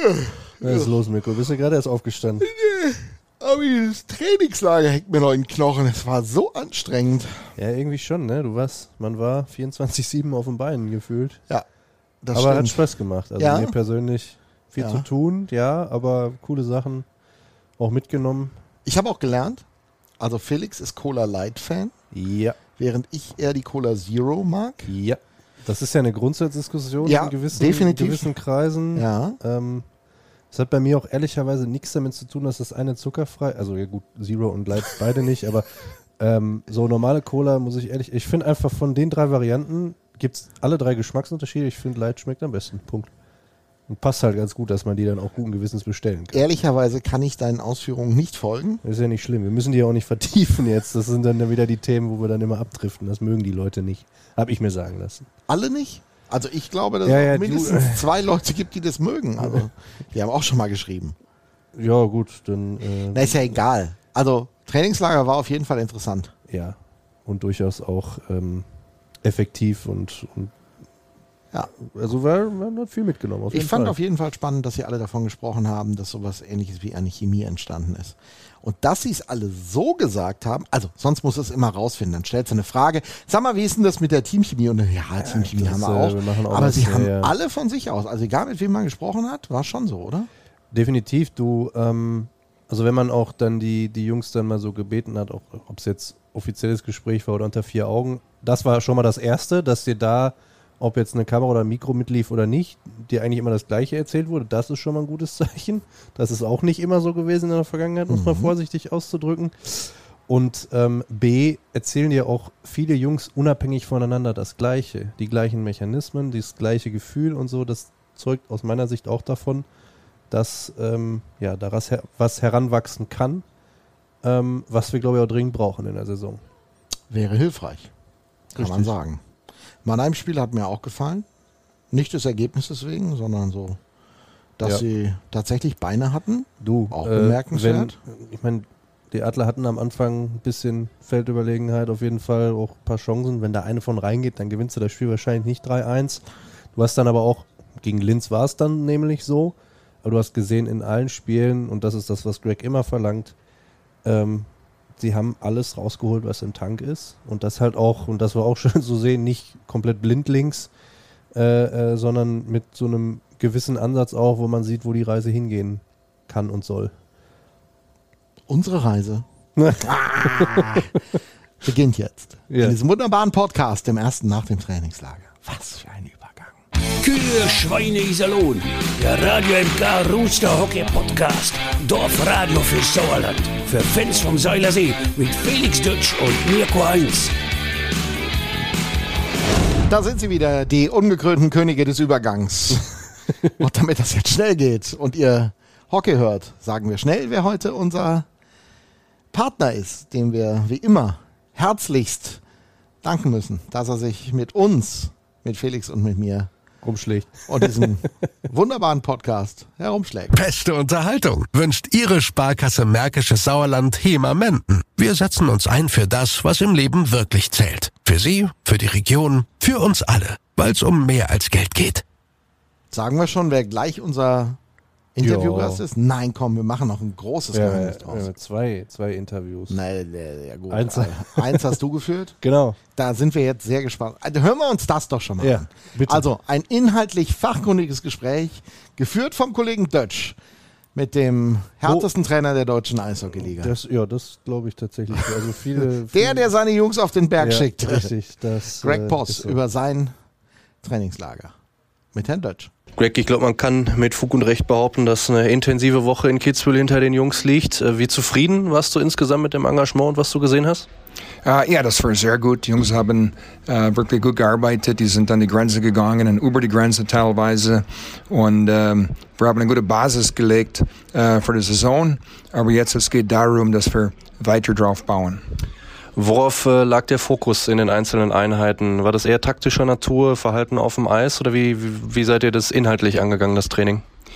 Was ist los, Mirko? Bist du gerade erst aufgestanden? Aber dieses Trainingslager hängt mir noch in den Knochen. Es war so anstrengend. Ja, irgendwie schon, ne? Man war 24/7 auf den Beinen gefühlt. Ja, das aber stimmt. hat Spaß gemacht. Also Ja? mir persönlich viel zu tun, ja, aber coole Sachen auch mitgenommen. Ich habe auch gelernt, also Felix ist Cola Light Fan, Ja. während ich eher die Cola Zero mag. Ja. Das ist ja eine Grundsatzdiskussion Ja, in gewissen definitiv. Kreisen. Ja. Das hat bei mir auch ehrlicherweise nichts damit zu tun, dass das eine zuckerfrei, also ja gut, Zero und Light beide nicht, aber so normale Cola ich finde einfach von den 3 Varianten gibt es alle 3 Geschmacksunterschiede. Ich finde Light schmeckt am besten. Punkt. Und passt halt ganz gut, dass man die dann auch guten Gewissens bestellen kann. Ehrlicherweise kann ich deinen Ausführungen nicht folgen. Das ist ja nicht schlimm. Wir müssen die ja auch nicht vertiefen jetzt. Das sind dann wieder die Themen, wo wir dann immer abdriften. Das mögen die Leute nicht. Habe ich mir sagen lassen. Alle nicht? Also ich glaube, dass Ja, es mindestens 2 Leute gibt, die das mögen. Also die haben auch schon mal geschrieben. Ja gut, dann... Na, ist ja egal. Also Trainingslager war auf jeden Fall interessant. Ja, und durchaus auch effektiv und Ja. also man hat viel mitgenommen. Ich fand auf jeden Fall spannend, dass Sie alle davon gesprochen haben, dass sowas Ähnliches wie eine Chemie entstanden ist. Und dass Sie es alle so gesagt haben, also sonst muss es immer rausfinden, dann stellst du eine Frage, sag mal, wie ist denn das mit der Teamchemie? Und ja, Teamchemie haben wir auch. Aber Sie haben alle von sich aus, also egal mit wem man gesprochen hat, war schon so, oder? Definitiv, also wenn man auch dann die Jungs dann mal so gebeten hat, ob es jetzt offizielles Gespräch war oder unter 4 Augen, das war schon mal das Erste, dass dir da, ob jetzt eine Kamera oder ein Mikro mitlief oder nicht, dir eigentlich immer das Gleiche erzählt wurde. Das ist schon mal ein gutes Zeichen. Das ist auch nicht immer so gewesen in der Vergangenheit, um es mal vorsichtig auszudrücken. Und B, erzählen dir auch viele Jungs unabhängig voneinander das Gleiche. Die gleichen Mechanismen, das gleiche Gefühl und so. Das zeugt aus meiner Sicht auch davon, dass daraus was heranwachsen kann, was wir, glaube ich, auch dringend brauchen in der Saison. Wäre hilfreich, kann man sagen. Mannheim-Spiel hat mir auch gefallen. Nicht des Ergebnisses wegen, sondern so, dass sie tatsächlich Beine hatten. Auch bemerkenswert. Ich meine, die Adler hatten am Anfang ein bisschen Feldüberlegenheit, auf jeden Fall auch ein paar Chancen. Wenn da eine von reingeht, dann gewinnst du das Spiel wahrscheinlich nicht 3-1. Du hast dann aber auch, gegen Linz war es dann nämlich so, aber du hast gesehen in allen Spielen, und das ist das, was Greg immer verlangt, sie haben alles rausgeholt, was im Tank ist. Und das halt auch, und das war auch schön zu sehen, nicht komplett blindlings, sondern mit so einem gewissen Ansatz auch, wo man sieht, wo die Reise hingehen kann und soll. Unsere Reise beginnt jetzt. In diesem wunderbaren Podcast, dem ersten nach dem Trainingslager. Was für ein Übergang. Kühe, Schweine, Iserlohn. Der Radio MK Rooster Hockey Podcast. Dorfradio für Sauerland. Für Fans vom Seilersee mit Felix Dutsch und Mirko Heinz. Da sind sie wieder, die ungekrönten Könige des Übergangs. Und damit das jetzt schnell geht und ihr Hockey hört, sagen wir schnell, wer heute unser Partner ist, dem wir wie immer herzlichst danken müssen, dass er sich mit uns, mit Felix und mit mir rumschlägt und diesem wunderbaren Podcast herumschlägt. Beste Unterhaltung wünscht Ihre Sparkasse Märkisches Sauerland HEMA Menden. Wir setzen uns ein für das, was im Leben wirklich zählt. Für Sie, für die Region, für uns alle, weil es um mehr als Geld geht. Sagen wir schon, wer gleich unser Interviewgast ist? Nein, komm, wir machen noch ein großes Geheimnis draus. Zwei Interviews. Nein, ja gut. Eins hast du geführt? Genau. Da sind wir jetzt sehr gespannt. Also hören wir uns das doch schon mal an. Bitte. Also ein inhaltlich fachkundiges Gespräch, geführt vom Kollegen Dötsch mit dem härtesten Trainer der deutschen Eishockeyliga. Das glaube ich tatsächlich. Also viele der seine Jungs auf den Berg schickt. Richtig. Greg Poss so. Über sein Trainingslager mit Herrn Dötsch. Greg, ich glaube, man kann mit Fug und Recht behaupten, dass eine intensive Woche in Kitzbühel hinter den Jungs liegt. Wie zufrieden warst du insgesamt mit dem Engagement und was du gesehen hast? Ja, das war sehr gut. Die Jungs haben wirklich gut gearbeitet. Die sind an die Grenze gegangen und über die Grenze teilweise. Und wir haben eine gute Basis gelegt für die Saison. Aber jetzt es geht darum, dass wir weiter drauf bauen. Worauf lag der Fokus in den einzelnen Einheiten? War das eher taktischer Natur, Verhalten auf dem Eis oder wie seid ihr das inhaltlich angegangen, das Training?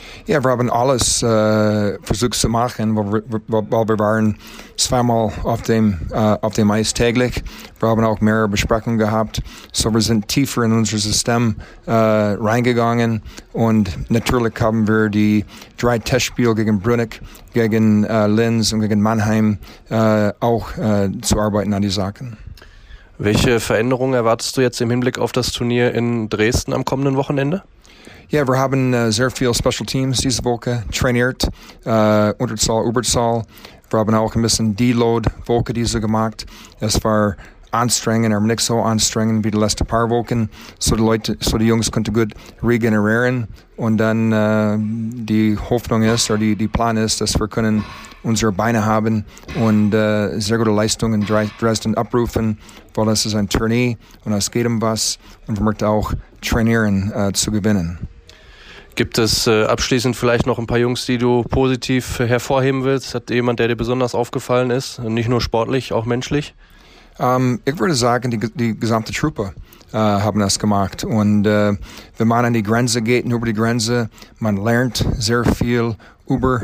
Ja, wir haben alles versucht zu machen, weil wir waren zweimal auf dem Eis täglich. Wir haben auch mehrere Besprechungen gehabt. So wir sind tiefer in unser System reingegangen. Und natürlich haben wir die 3 Testspiele gegen Brunnig, gegen Linz und gegen Mannheim auch zu arbeiten an die Sachen. Welche Veränderungen erwartest du jetzt im Hinblick auf das Turnier in Dresden am kommenden Wochenende? Ja, wir haben sehr viel Special Teams diese Woche trainiert, Unterzahl, Überzahl. Wir haben auch ein bisschen Deload-Woche diese gemacht. Es war anstrengend, aber nicht so anstrengend wie die letzten paar Wochen. So die Jungs konnten gut regenerieren. Und dann die Hoffnung ist, oder die Plan ist, dass wir können unsere Beine haben und sehr gute Leistungen in Dresden abrufen, weil es ist ein Turnier und es geht um was und wir möchten auch trainieren zu gewinnen. Gibt es abschließend vielleicht noch ein paar Jungs, die du positiv hervorheben willst? Hat jemand, der dir besonders aufgefallen ist? Nicht nur sportlich, auch menschlich? Ich würde sagen, die gesamte Truppe haben das gemacht. Und wenn man an die Grenze geht und über die Grenze, man lernt sehr viel über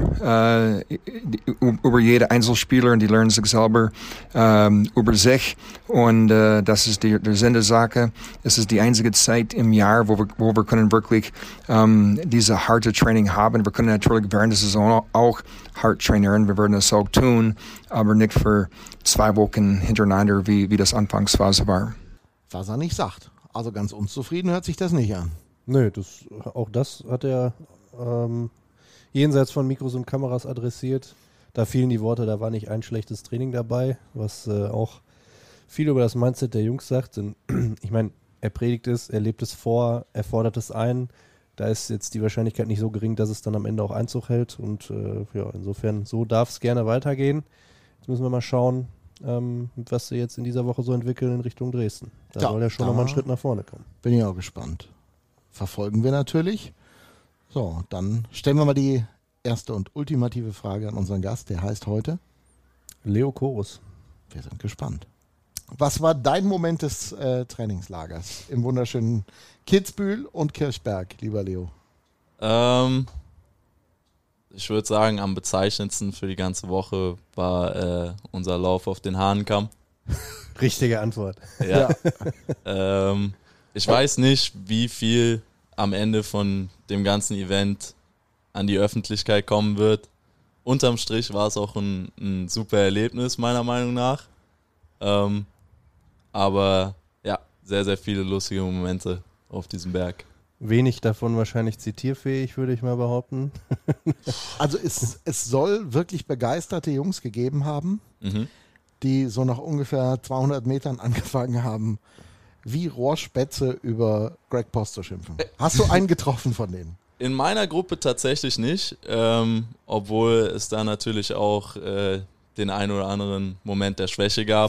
jede Einzelspieler und die lernen sich selber über sich. Und das ist der Sinn der Sache. Es ist die einzige Zeit im Jahr, wo wir können wirklich diese harte Training haben. Wir können natürlich während der Saison auch hart trainieren. Wir werden das auch tun, aber nicht für 2 Wochen hintereinander, wie das Anfangsphase war. Was er nicht sagt. Also ganz unzufrieden hört sich das nicht an. Nö, auch das hat er jenseits von Mikros und Kameras adressiert. Da fielen die Worte, da war nicht ein schlechtes Training dabei, was auch viel über das Mindset der Jungs sagt. Denn, ich meine, er predigt es, er lebt es vor, er fordert es ein. Da ist jetzt die Wahrscheinlichkeit nicht so gering, dass es dann am Ende auch Einzug hält. Und insofern, so darf es gerne weitergehen. Jetzt müssen wir mal schauen, was sie jetzt in dieser Woche so entwickeln in Richtung Dresden. Da soll ja schon nochmal einen Schritt nach vorne kommen. Bin ich auch gespannt. Verfolgen wir natürlich. So, dann stellen wir mal die erste und ultimative Frage an unseren Gast. Der heißt heute Leo Chorus. Wir sind gespannt. Was war dein Moment des Trainingslagers im wunderschönen Kitzbühel und Kirchberg, lieber Leo? Ich würde sagen, am bezeichnendsten für die ganze Woche war unser Lauf auf den Hahnenkamm. Richtige Antwort. Ja. Ich weiß nicht, wie viel am Ende von dem ganzen Event an die Öffentlichkeit kommen wird. Unterm Strich war es auch ein super Erlebnis, meiner Meinung nach. Aber ja, sehr, sehr viele lustige Momente auf diesem Berg. Wenig davon wahrscheinlich zitierfähig, würde ich mal behaupten. Also es soll wirklich begeisterte Jungs gegeben haben, die so nach ungefähr 200 Metern angefangen haben, wie Rohrspätze über Greg Post zu schimpfen. Hast du einen getroffen von denen? In meiner Gruppe tatsächlich nicht, obwohl es da natürlich auch den einen oder anderen Moment der Schwäche gab.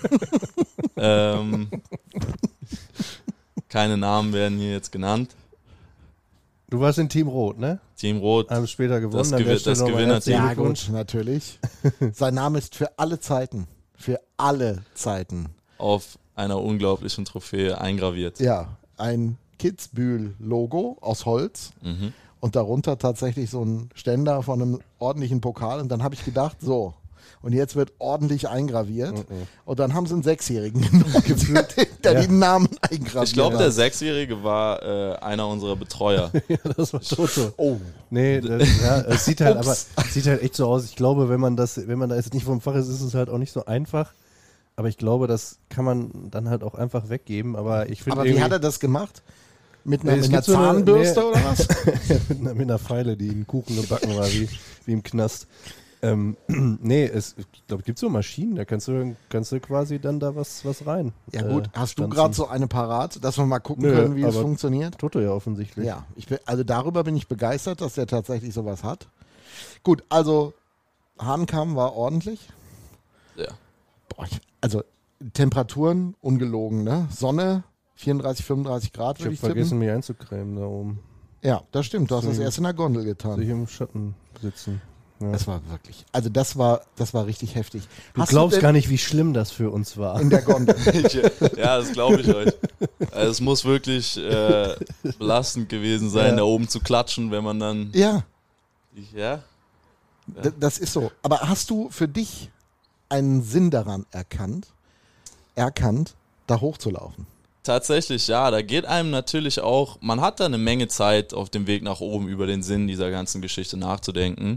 Keine Namen werden hier jetzt genannt. Du warst in Team Rot, ne? Team Rot. Haben später gewonnen. Das Gewinnerteam. Ja gut, natürlich. Sein Name ist für alle Zeiten. Für alle Zeiten. Auf einer unglaublichen Trophäe eingraviert. Ja, ein Kitzbühel-Logo aus Holz und darunter tatsächlich so ein Ständer von einem ordentlichen Pokal. Und dann habe ich gedacht, so, und jetzt wird ordentlich eingraviert. Und dann haben sie einen 6-Jährigen geführt, der den Namen eingraviert. Ich glaube, der 6-Jährige war einer unserer Betreuer. Ja, das war Toto. Oh. Nee, es sieht halt echt so aus. Ich glaube, wenn man da jetzt nicht vom Fach ist, ist es halt auch nicht so einfach. Aber ich glaube, das kann man dann halt auch einfach weggeben. Aber wie hat er das gemacht? Mit einer Zahnbürste oder was? mit einer Feile, die in den Kuchen gebacken war, wie im Knast. Ich glaube, es gibt so Maschinen, da kannst du quasi dann da was rein. Ja gut, hast du gerade so eine parat, dass wir mal gucken können, wie es funktioniert? Toto ja offensichtlich. Ja, also darüber bin ich begeistert, dass der tatsächlich sowas hat. Gut, also Hahnenkamm war ordentlich. Ja. Boah, also Temperaturen ungelogen, ne? Sonne 34, 35 Grad. Ich habe vergessen, mich einzucremen da oben. Ja, das stimmt. Du hast das erst in der Gondel getan. Sich im Schatten sitzen. Das war wirklich, also das war richtig heftig. Du glaubst gar nicht, wie schlimm das für uns war. In der Gondel. Ja, das glaube ich euch. Also es muss wirklich belastend gewesen sein, da oben zu klatschen, wenn man dann... Ja. Ja. Das ist so. Aber hast du für dich einen Sinn daran erkannt, da hochzulaufen? Tatsächlich, ja. Da geht einem natürlich auch, man hat da eine Menge Zeit auf dem Weg nach oben über den Sinn dieser ganzen Geschichte nachzudenken.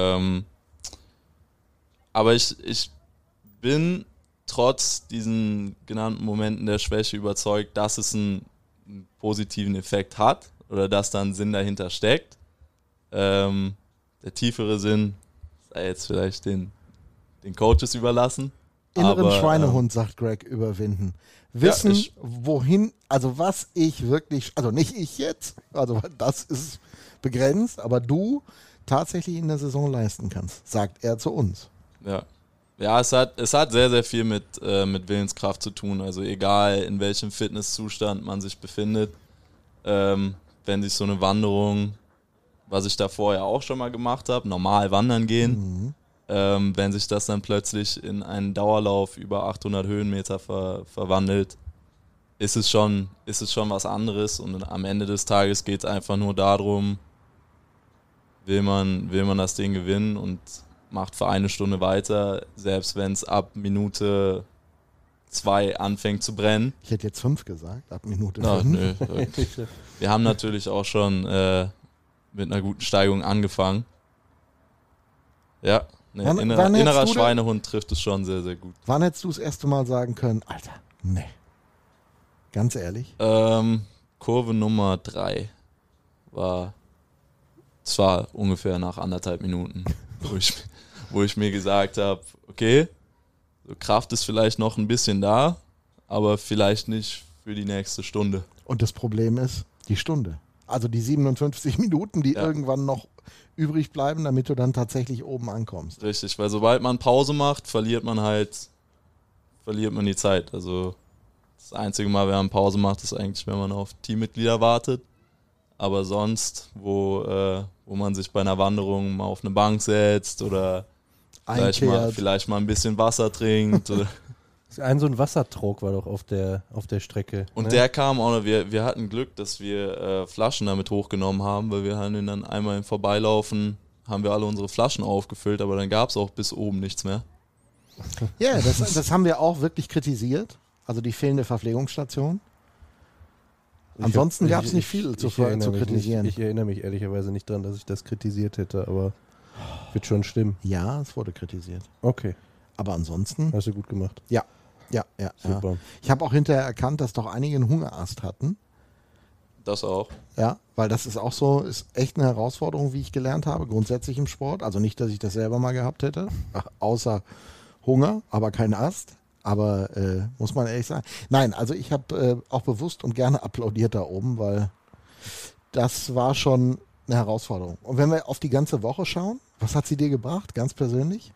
Aber ich bin trotz diesen genannten Momenten der Schwäche überzeugt, dass es einen positiven Effekt hat oder dass da ein Sinn dahinter steckt. Der tiefere Sinn sei jetzt vielleicht den Coaches überlassen. Inneren Schweinehund, sagt Greg, überwinden. Wissen, wohin, also was ich wirklich, also nicht ich jetzt, also das ist begrenzt, aber du tatsächlich in der Saison leisten kannst, sagt er zu uns. Ja. Ja, es hat sehr, sehr viel mit Willenskraft zu tun. Also egal, in welchem Fitnesszustand man sich befindet, wenn sich so eine Wanderung, was ich da vorher auch schon mal gemacht habe, normal wandern gehen, wenn sich das dann plötzlich in einen Dauerlauf über 800 Höhenmeter verwandelt, ist es schon was anderes. Und am Ende des Tages geht es einfach nur darum, will man das Ding gewinnen und macht für eine Stunde weiter, selbst wenn es ab Minute 2 anfängt zu brennen. Ich hätte jetzt 5 gesagt, ab Minute 5. Nö. Wir haben natürlich auch schon mit einer guten Steigung angefangen. Ja, innerer Schweinehund trifft es schon sehr, sehr gut. Wann hättest du das erste Mal sagen können, Alter, nee. Ganz ehrlich? Kurve Nummer 3 war zwar ungefähr nach 1,5 Minuten, wo ich mir gesagt habe, okay, so Kraft ist vielleicht noch ein bisschen da, aber vielleicht nicht für die nächste Stunde. Und das Problem ist die Stunde. Also die 57 Minuten, die irgendwann noch übrig bleiben, damit du dann tatsächlich oben ankommst. Richtig, weil sobald man Pause macht, verliert man die Zeit. Also das einzige Mal, wenn man Pause macht, ist eigentlich, wenn man auf Teammitglieder wartet. Aber sonst, wo man sich bei einer Wanderung mal auf eine Bank setzt oder vielleicht mal ein bisschen Wasser trinkt. Oder so ein Wassertrog war doch auf der Strecke. Und der kam auch noch, wir hatten Glück, dass wir Flaschen damit hochgenommen haben, weil wir haben ihn dann einmal im Vorbeilaufen, haben wir alle unsere Flaschen aufgefüllt, aber dann gab es auch bis oben nichts mehr. Ja, das haben wir auch wirklich kritisiert, also die fehlende Verpflegungsstation. Ansonsten gab es nicht viel zu kritisieren. Ich erinnere mich ehrlicherweise nicht dran, dass ich das kritisiert hätte, aber wird schon stimmen. Ja, es wurde kritisiert. Okay. Aber ansonsten... Hast du gut gemacht. Ja. Super. Ich habe auch hinterher erkannt, dass doch einige einen Hungerast hatten. Das auch. Ja, weil das ist auch so, ist echt eine Herausforderung, wie ich gelernt habe, grundsätzlich im Sport. Also nicht, dass ich das selber mal gehabt hätte, außer Hunger, aber kein Ast. Aber muss man ehrlich sagen. Nein, also ich habe auch bewusst und gerne applaudiert da oben, weil das war schon eine Herausforderung. Und wenn wir auf die ganze Woche schauen, was hat sie dir gebracht, ganz persönlich?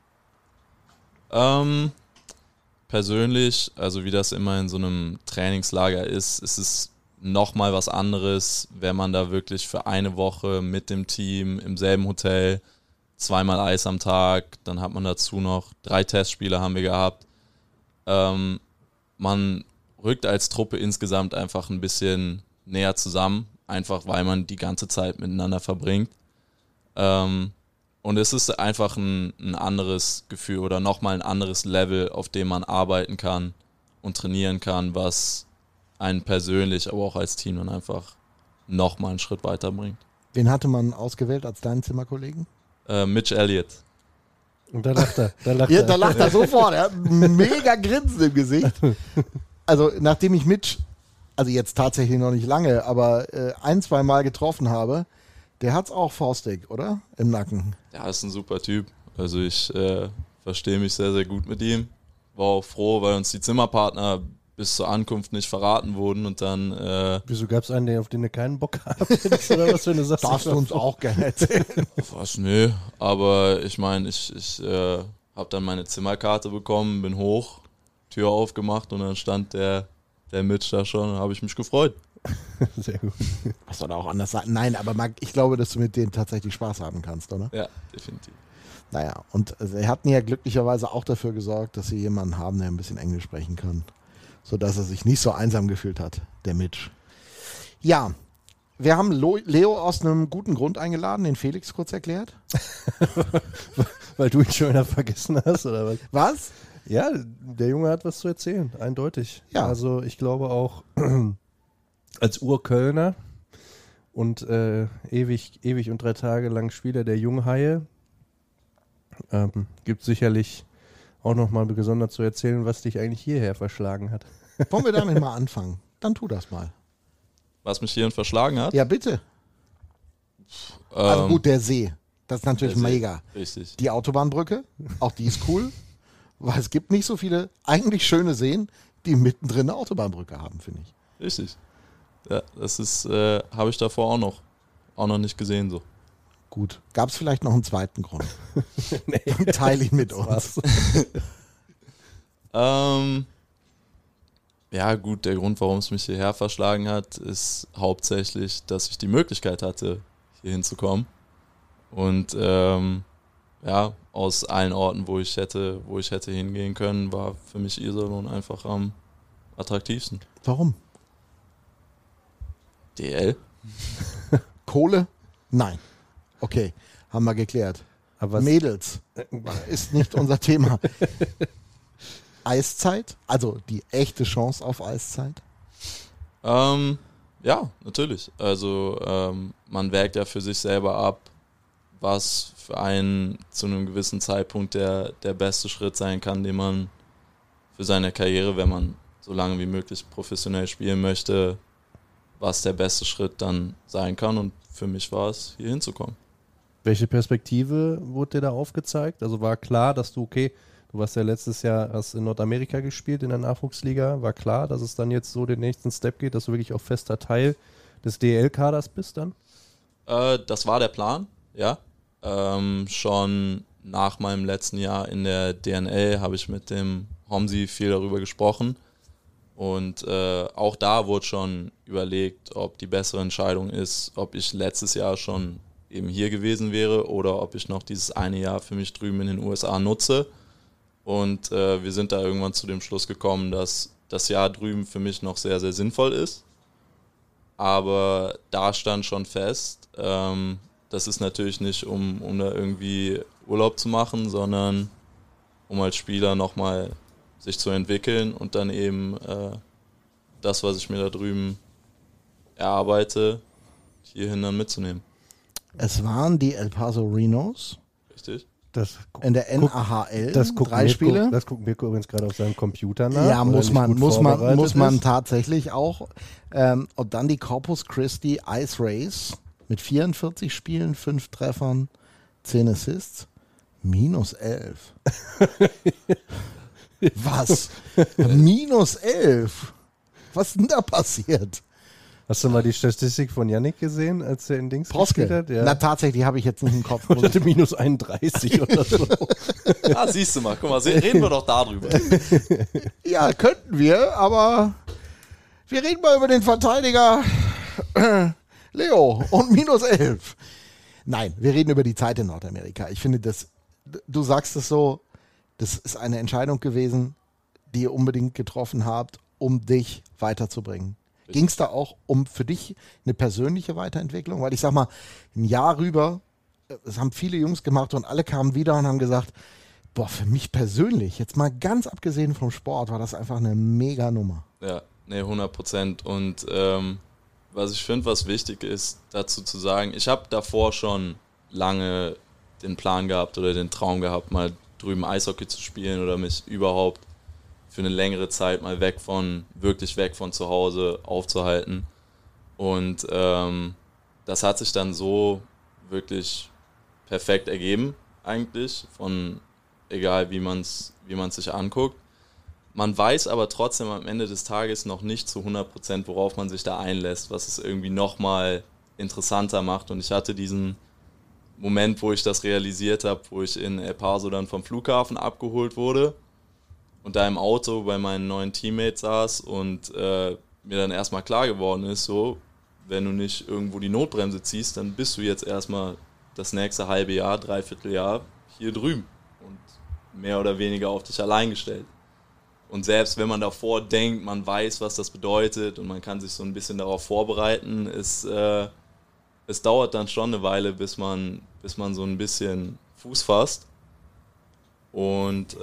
Persönlich, also wie das immer in so einem Trainingslager ist es nochmal was anderes, wenn man da wirklich für eine Woche mit dem Team im selben Hotel, 2-mal Eis am Tag, dann hat man dazu noch 3 Testspiele haben wir gehabt. Man rückt als Truppe insgesamt einfach ein bisschen näher zusammen, einfach weil man die ganze Zeit miteinander verbringt. Und es ist einfach ein anderes Gefühl oder nochmal ein anderes Level, auf dem man arbeiten kann und trainieren kann, was einen persönlich, aber auch als Team dann einfach nochmal einen Schritt weiterbringt. Wen hatte man ausgewählt als deinen Zimmerkollegen? Mitch Elliott. Und da lacht er. Da lacht er sofort. Er hat ein mega Grinsen im Gesicht. Also nachdem ich Mitch, also jetzt tatsächlich noch nicht lange, aber 1-2 Mal getroffen habe, der hat's auch faustig, oder? Im Nacken. Ja, ist ein super Typ. Also ich verstehe mich sehr, sehr gut mit ihm. War auch froh, weil uns die Zimmerpartner bis zur Ankunft nicht verraten wurden und dann... Wieso gab es einen, auf den du keinen Bock gehabt hättest oder was für eine Sache? Darfst du uns auch gerne erzählen. Was, nö. Aber ich meine, ich habe dann meine Zimmerkarte bekommen, bin hoch, Tür aufgemacht und dann stand der Mitch da schon, da habe ich mich gefreut. Sehr gut. Was soll da auch anders sein? Nein, aber ich glaube, dass du mit denen tatsächlich Spaß haben kannst, oder? Ja, definitiv. Naja, und sie hatten ja glücklicherweise auch dafür gesorgt, dass sie jemanden haben, der ein bisschen Englisch sprechen kann. Sodass er sich nicht so einsam gefühlt hat, der Mitch. Ja, wir haben Leo aus einem guten Grund eingeladen, den Felix kurz erklärt. Weil du ihn schon wieder vergessen hast, oder was? Was? Ja, der Junge hat was zu erzählen, eindeutig. Ja. Also ich glaube auch als Urkölner und ewig und 3 Tage lang Spieler der Junghaie gibt sicherlich auch nochmal gesondert zu erzählen, was dich eigentlich hierher verschlagen hat. Wollen wir damit mal anfangen? Dann tu das mal. Was mich hierhin verschlagen hat? Ja, bitte. Also gut, der See. Das ist natürlich der See, mega. Richtig. Die Autobahnbrücke, auch die ist cool, weil es gibt nicht so viele eigentlich schöne Seen, die mittendrin eine Autobahnbrücke haben, finde ich. Richtig. Ja, das ist, habe ich davor auch noch nicht gesehen so. Gut. Gab es vielleicht noch einen zweiten Grund? Nee. Teile ihn mit uns. Ja gut, der Grund, warum es mich hierher verschlagen hat, ist hauptsächlich, dass ich die Möglichkeit hatte, hier hinzukommen. Und ja, aus allen Orten, wo ich hätte hingehen können, war für mich Iserlohn einfach am attraktivsten. Warum? DL? Kohle? Nein. Okay, haben wir geklärt. Aber Mädels ist nicht unser Thema. Eiszeit? Also die echte Chance auf Eiszeit? Ja, natürlich. Also man wägt ja für sich selber ab, was für einen zu einem gewissen Zeitpunkt der beste Schritt sein kann, den man für seine Karriere, wenn man so lange wie möglich professionell spielen möchte, was der beste Schritt dann sein kann. Und für mich war es, hier hinzukommen. Welche Perspektive wurde dir da aufgezeigt? Also war klar, dass du warst ja letztes Jahr, hast in Nordamerika gespielt in der Nachwuchsliga, war klar, dass es dann jetzt so den nächsten Step geht, dass du wirklich auch fester Teil des DEL-Kaders bist dann? Das war der Plan, ja. Schon nach meinem letzten Jahr in der DNL habe ich mit dem Homsi viel darüber gesprochen und auch da wurde schon überlegt, ob die bessere Entscheidung ist, ob ich letztes Jahr schon eben hier gewesen wäre oder ob ich noch dieses eine Jahr für mich drüben in den USA nutze. Und wir sind da irgendwann zu dem Schluss gekommen, dass das Jahr drüben für mich noch sehr, sehr sinnvoll ist. Aber da stand schon fest, das ist natürlich nicht, um da irgendwie Urlaub zu machen, sondern um als Spieler nochmal sich zu entwickeln und dann eben das, was ich mir da drüben erarbeite, hierhin dann mitzunehmen. Es waren die El Paso Rhinos. Richtig. In der NAHL, das guckt 3 Spiele. Das guckt Mirko übrigens gerade auf seinem Computer nach. Ja, muss man ist. tatsächlich auch. Und dann die Corpus Christi Ice Race mit 44 Spielen, 5 Treffern, 10 Assists, -11. Was? -11? Was ist denn da passiert? Hast du mal die Statistik von Yannick gesehen, als er in Dings Proske. gespielt hat? Ja. Na, tatsächlich habe ich jetzt nicht im Kopf. Und hatte -31 oder so. Ah, siehst du mal, guck mal, reden wir doch darüber. Ja, könnten wir, aber wir reden mal über den Verteidiger Leo und -11. Nein, wir reden über die Zeit in Nordamerika. Ich finde, du sagst es so, das ist eine Entscheidung gewesen, die ihr unbedingt getroffen habt, um dich weiterzubringen. Ging es da auch um für dich eine persönliche Weiterentwicklung? Weil ich sag mal, ein Jahr rüber, das haben viele Jungs gemacht und alle kamen wieder und haben gesagt, boah, für mich persönlich, jetzt mal ganz abgesehen vom Sport, war das einfach eine mega Nummer. Ja, ne, 100%. Und was ich finde, was wichtig ist, dazu zu sagen, ich habe davor schon lange den Plan gehabt oder den Traum gehabt, mal drüben Eishockey zu spielen oder mich überhaupt für eine längere Zeit mal wirklich weg von zu Hause aufzuhalten. Und das hat sich dann so wirklich perfekt ergeben eigentlich, von egal wie man es sich anguckt. Man weiß aber trotzdem am Ende des Tages noch nicht zu 100%, worauf man sich da einlässt, was es irgendwie nochmal interessanter macht. Und ich hatte diesen Moment, wo ich das realisiert habe, wo ich in El Paso dann vom Flughafen abgeholt wurde und da im Auto bei meinen neuen Teammates saß und mir dann erstmal klar geworden ist, so, wenn du nicht irgendwo die Notbremse ziehst, dann bist du jetzt erstmal das nächste halbe Jahr, Dreivierteljahr hier drüben und mehr oder weniger auf dich allein gestellt. Und selbst wenn man davor denkt, man weiß, was das bedeutet und man kann sich so ein bisschen darauf vorbereiten, es dauert dann schon eine Weile, bis man so ein bisschen Fuß fasst. Und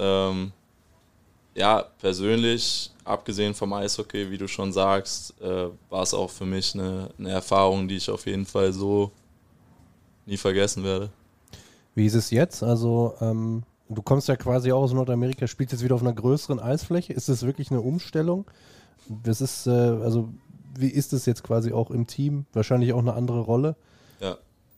persönlich, abgesehen vom Eishockey, wie du schon sagst, war es auch für mich eine Erfahrung, die ich auf jeden Fall so nie vergessen werde. Wie ist es jetzt? Also du kommst ja quasi auch aus Nordamerika, spielst jetzt wieder auf einer größeren Eisfläche. Ist das wirklich eine Umstellung? Das ist, wie ist es jetzt quasi auch im Team? Wahrscheinlich auch eine andere Rolle? Ja.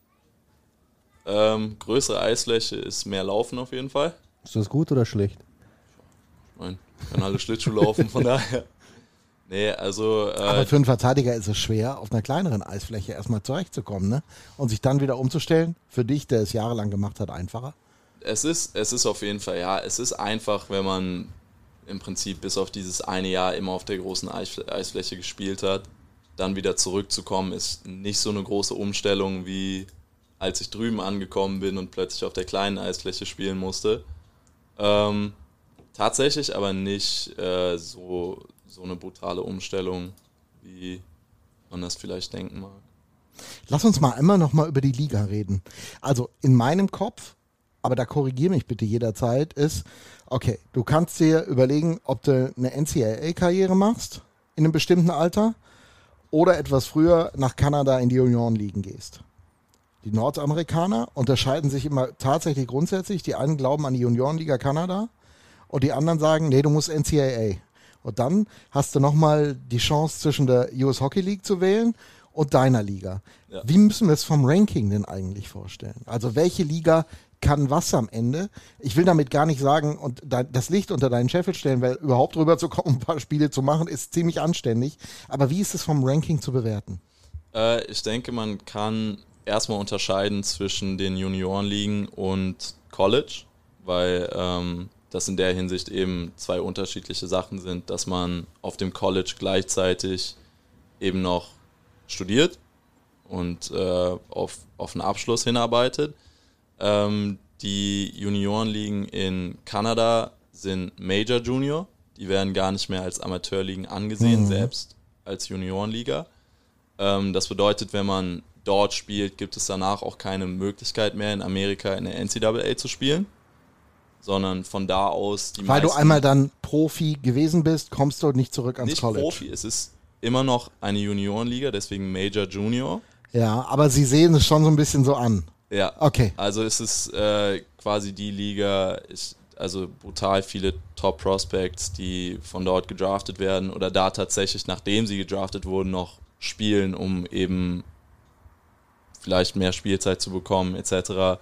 Größere Eisfläche ist mehr Laufen auf jeden Fall. Ist das gut oder schlecht? Ich meine, können alle Schlittschuh laufen, von daher. Nee, also. Aber für einen Verteidiger ist es schwer, auf einer kleineren Eisfläche erstmal zurechtzukommen, ne? Und sich dann wieder umzustellen. Für dich, der es jahrelang gemacht hat, einfacher? Es ist auf jeden Fall, ja, es ist einfach, wenn man im Prinzip bis auf dieses eine Jahr immer auf der großen Eisfläche gespielt hat, dann wieder zurückzukommen, ist nicht so eine große Umstellung, wie als ich drüben angekommen bin und plötzlich auf der kleinen Eisfläche spielen musste. Tatsächlich aber nicht so eine brutale Umstellung, wie man das vielleicht denken mag. Lass uns mal einmal nochmal über die Liga reden. Also in meinem Kopf, aber da korrigiere mich bitte jederzeit, ist, okay, du kannst dir überlegen, ob du eine NCAA-Karriere machst in einem bestimmten Alter oder etwas früher nach Kanada in die Juniorenligen gehst. Die Nordamerikaner unterscheiden sich immer tatsächlich grundsätzlich. Die einen glauben an die Juniorenliga Kanada und die anderen sagen, nee, du musst NCAA. Und dann hast du nochmal die Chance zwischen der US Hockey League zu wählen und deiner Liga. Ja. Wie müssen wir es vom Ranking denn eigentlich vorstellen? Also welche Liga kann was am Ende? Ich will damit gar nicht sagen und das Licht unter deinen Scheffel stellen, weil überhaupt rüber zu kommen, ein paar Spiele zu machen, ist ziemlich anständig. Aber wie ist es vom Ranking zu bewerten? Ich denke, man kann erstmal unterscheiden zwischen den Juniorenligen und College, weil das in der Hinsicht eben zwei unterschiedliche Sachen sind, dass man auf dem College gleichzeitig eben noch studiert und auf einen Abschluss hinarbeitet. Die Juniorenligen in Kanada sind Major Junior, die werden gar nicht mehr als Amateurligen angesehen, selbst als Juniorenliga. Das bedeutet, wenn man dort spielt, gibt es danach auch keine Möglichkeit mehr, in Amerika in der NCAA zu spielen, sondern von da aus die Weil du einmal dann Profi gewesen bist, kommst du nicht zurück ans College. Nicht Profi, es ist immer noch eine Juniorenliga, deswegen Major Junior. Ja, aber sie sehen es schon so ein bisschen so an. Ja, okay. Also es ist quasi die Liga, also brutal viele Top-Prospects, die von dort gedraftet werden oder da tatsächlich, nachdem sie gedraftet wurden, noch spielen, um eben vielleicht mehr Spielzeit zu bekommen etc.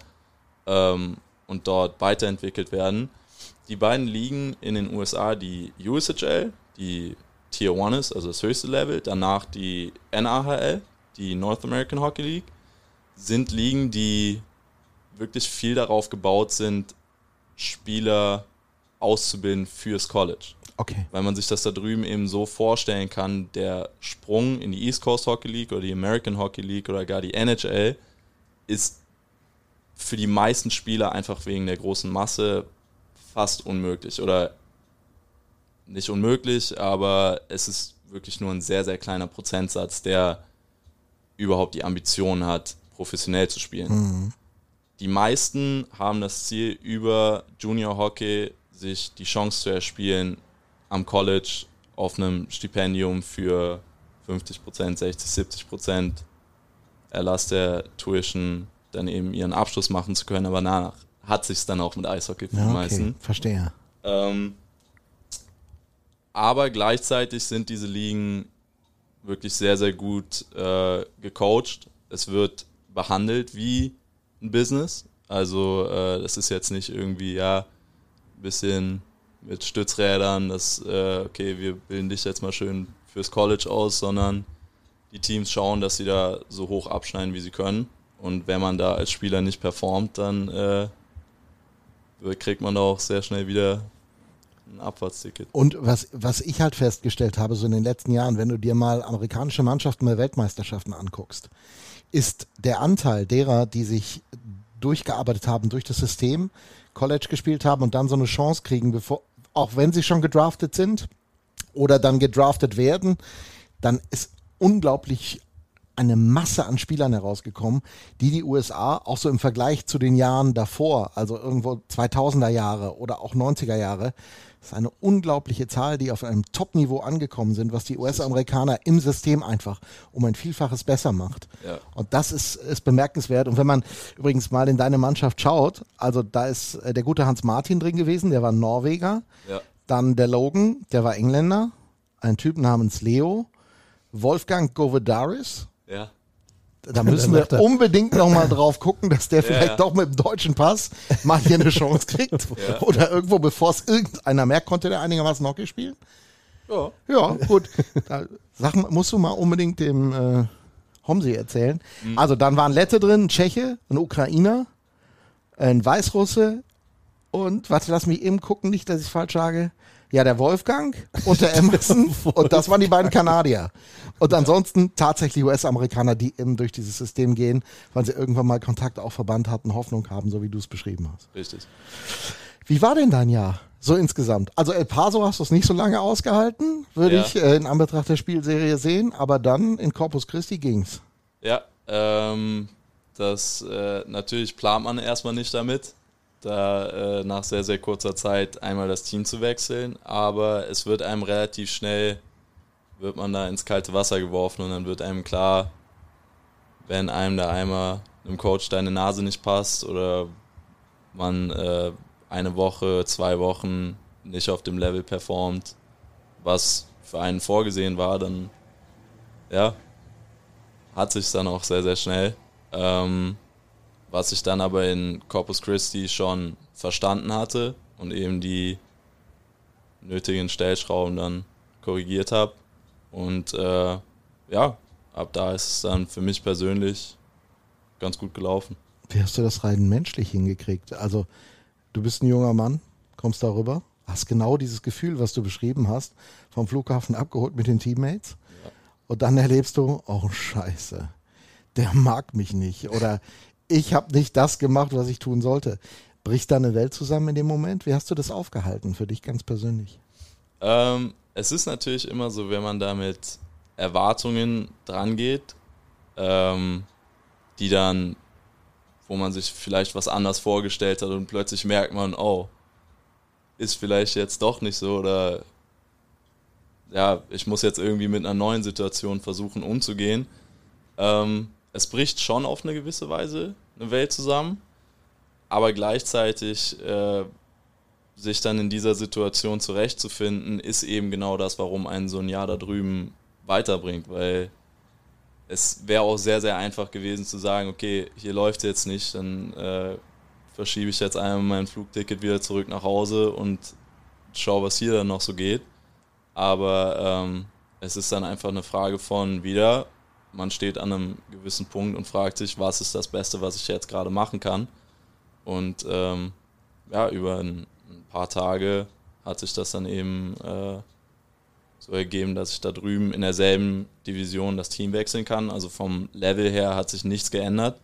Und dort weiterentwickelt werden. Die beiden Ligen in den USA, die USHL, die Tier 1 ist, also das höchste Level, danach die NAHL, die North American Hockey League, sind Ligen, die wirklich viel darauf gebaut sind, Spieler auszubilden fürs College. Okay. Weil man sich das da drüben eben so vorstellen kann, der Sprung in die East Coast Hockey League oder die American Hockey League oder gar die NHL ist für die meisten Spieler einfach wegen der großen Masse fast unmöglich. Oder nicht unmöglich, aber es ist wirklich nur ein sehr, sehr kleiner Prozentsatz, der überhaupt die Ambition hat, professionell zu spielen. Die meisten haben das Ziel, über Junior Hockey sich die Chance zu erspielen, am College auf einem Stipendium für 50%, 60, 70% Erlass der Tuition dann eben ihren Abschluss machen zu können, aber danach hat sich's dann auch mit Eishockey für die meisten. Verstehe. Aber gleichzeitig sind diese Ligen wirklich sehr, sehr gut gecoacht. Es wird behandelt wie ein Business. Also das ist jetzt nicht irgendwie, ein bisschen mit Stützrädern, okay, wir bilden dich jetzt mal schön fürs College aus, sondern die Teams schauen, dass sie da so hoch abschneiden, wie sie können. Und wenn man da als Spieler nicht performt, dann kriegt man da auch sehr schnell wieder ein Abfahrtsticket. Und was ich halt festgestellt habe, so in den letzten Jahren, wenn du dir mal amerikanische Mannschaften bei Weltmeisterschaften anguckst, ist der Anteil derer, die sich durchgearbeitet haben durch das System, College gespielt haben und dann so eine Chance kriegen, auch wenn sie schon gedraftet sind oder dann gedraftet werden, dann ist unglaublich eine Masse an Spielern herausgekommen, die USA auch so im Vergleich zu den Jahren davor, also irgendwo 2000er Jahre oder auch 90er Jahre, das ist eine unglaubliche Zahl, die auf einem Top-Niveau angekommen sind, was die US-Amerikaner im System einfach um ein Vielfaches besser macht. Ja. Und das ist bemerkenswert. Und wenn man übrigens mal in deine Mannschaft schaut, also da ist der gute Hans Martin drin gewesen, der war Norweger. Ja. Dann der Logan, der war Engländer. Ein Typ namens Leo. Wolfgang Govedaris. Ja. Da müssen wir unbedingt nochmal drauf gucken, dass der vielleicht ja. doch mit dem deutschen Pass mal hier eine Chance kriegt. Ja. Oder irgendwo, bevor es irgendeiner merkt, konnte der einigermaßen Hockey spielen? Ja. Ja, gut. Musst du mal unbedingt dem Homsi erzählen. Also dann waren Lette drin, ein Tscheche, ein Ukrainer, ein Weißrusse und, warte, lass mich eben gucken, nicht, dass ich falsch sage. Ja, der Wolfgang und der Emerson und das waren die beiden Kanadier. Und ansonsten tatsächlich US-Amerikaner, die eben durch dieses System gehen, weil sie irgendwann mal Kontakt auch verbannt hatten, Hoffnung haben, so wie du es beschrieben hast. Richtig. Wie war denn dein Jahr so insgesamt? Also El Paso hast du es nicht so lange ausgehalten, würde Ja. ich in Anbetracht der Spielserie sehen, aber dann in Corpus Christi ging's. Ja, natürlich plant man erstmal nicht damit, da nach sehr, sehr kurzer Zeit einmal das Team zu wechseln, aber es wird einem relativ schnell, wird man da ins kalte Wasser geworfen und dann wird einem klar, wenn einem da einmal einem Coach deine Nase nicht passt oder man eine Woche, 2 Wochen nicht auf dem Level performt, was für einen vorgesehen war, dann ja, hat sich dann auch sehr, sehr schnell. Was ich dann aber in Corpus Christi schon verstanden hatte und eben die nötigen Stellschrauben dann korrigiert habe. Und ab da ist es dann für mich persönlich ganz gut gelaufen. Wie hast du das rein menschlich hingekriegt? Also du bist ein junger Mann, kommst darüber, hast genau dieses Gefühl, was du beschrieben hast, vom Flughafen abgeholt mit den Teammates und dann erlebst du, oh Scheiße, der mag mich nicht oder ich habe nicht das gemacht, was ich tun sollte. Bricht da eine Welt zusammen in dem Moment? Wie hast du das aufgehalten für dich ganz persönlich? Es ist natürlich immer so, wenn man da mit Erwartungen dran geht, die dann, wo man sich vielleicht was anders vorgestellt hat und plötzlich merkt man, oh, ist vielleicht jetzt doch nicht so oder ja, ich muss jetzt irgendwie mit einer neuen Situation versuchen umzugehen. Es bricht schon auf eine gewisse Weise eine Welt zusammen, aber gleichzeitig sich dann in dieser Situation zurechtzufinden, ist eben genau das, warum einen so ein Jahr da drüben weiterbringt, weil es wäre auch sehr, sehr einfach gewesen zu sagen, okay, hier läuft es jetzt nicht, dann verschiebe ich jetzt einmal mein Flugticket wieder zurück nach Hause und schaue, was hier dann noch so geht. Aber es ist dann einfach eine Frage von wieder, man steht an einem gewissen Punkt und fragt sich, was ist das Beste, was ich jetzt gerade machen kann. Und über ein paar Tage hat sich das dann eben so ergeben, dass ich da drüben in derselben Division das Team wechseln kann. Also vom Level her hat sich nichts geändert.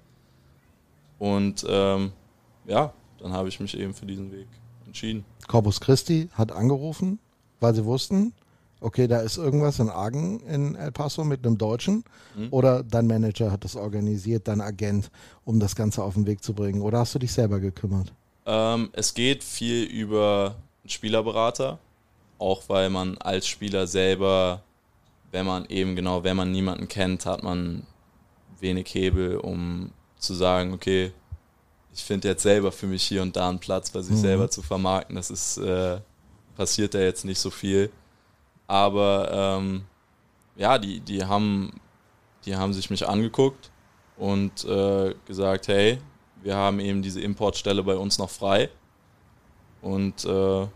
Und dann habe ich mich eben für diesen Weg entschieden. Corpus Christi hat angerufen, weil sie wussten, okay, da ist irgendwas in Argen in El Paso mit einem Deutschen oder dein Manager hat das organisiert, dein Agent, um das Ganze auf den Weg zu bringen oder hast du dich selber gekümmert? Es geht viel über einen Spielerberater, auch weil man als Spieler selber, wenn man niemanden kennt, hat man wenig Hebel, um zu sagen, okay, ich finde jetzt selber für mich hier und da einen Platz bei sich selber zu vermarkten. Das ist passiert ja jetzt nicht so viel. Aber die haben sich mich angeguckt und gesagt, hey, wir haben eben diese Importstelle bei uns noch frei. Und war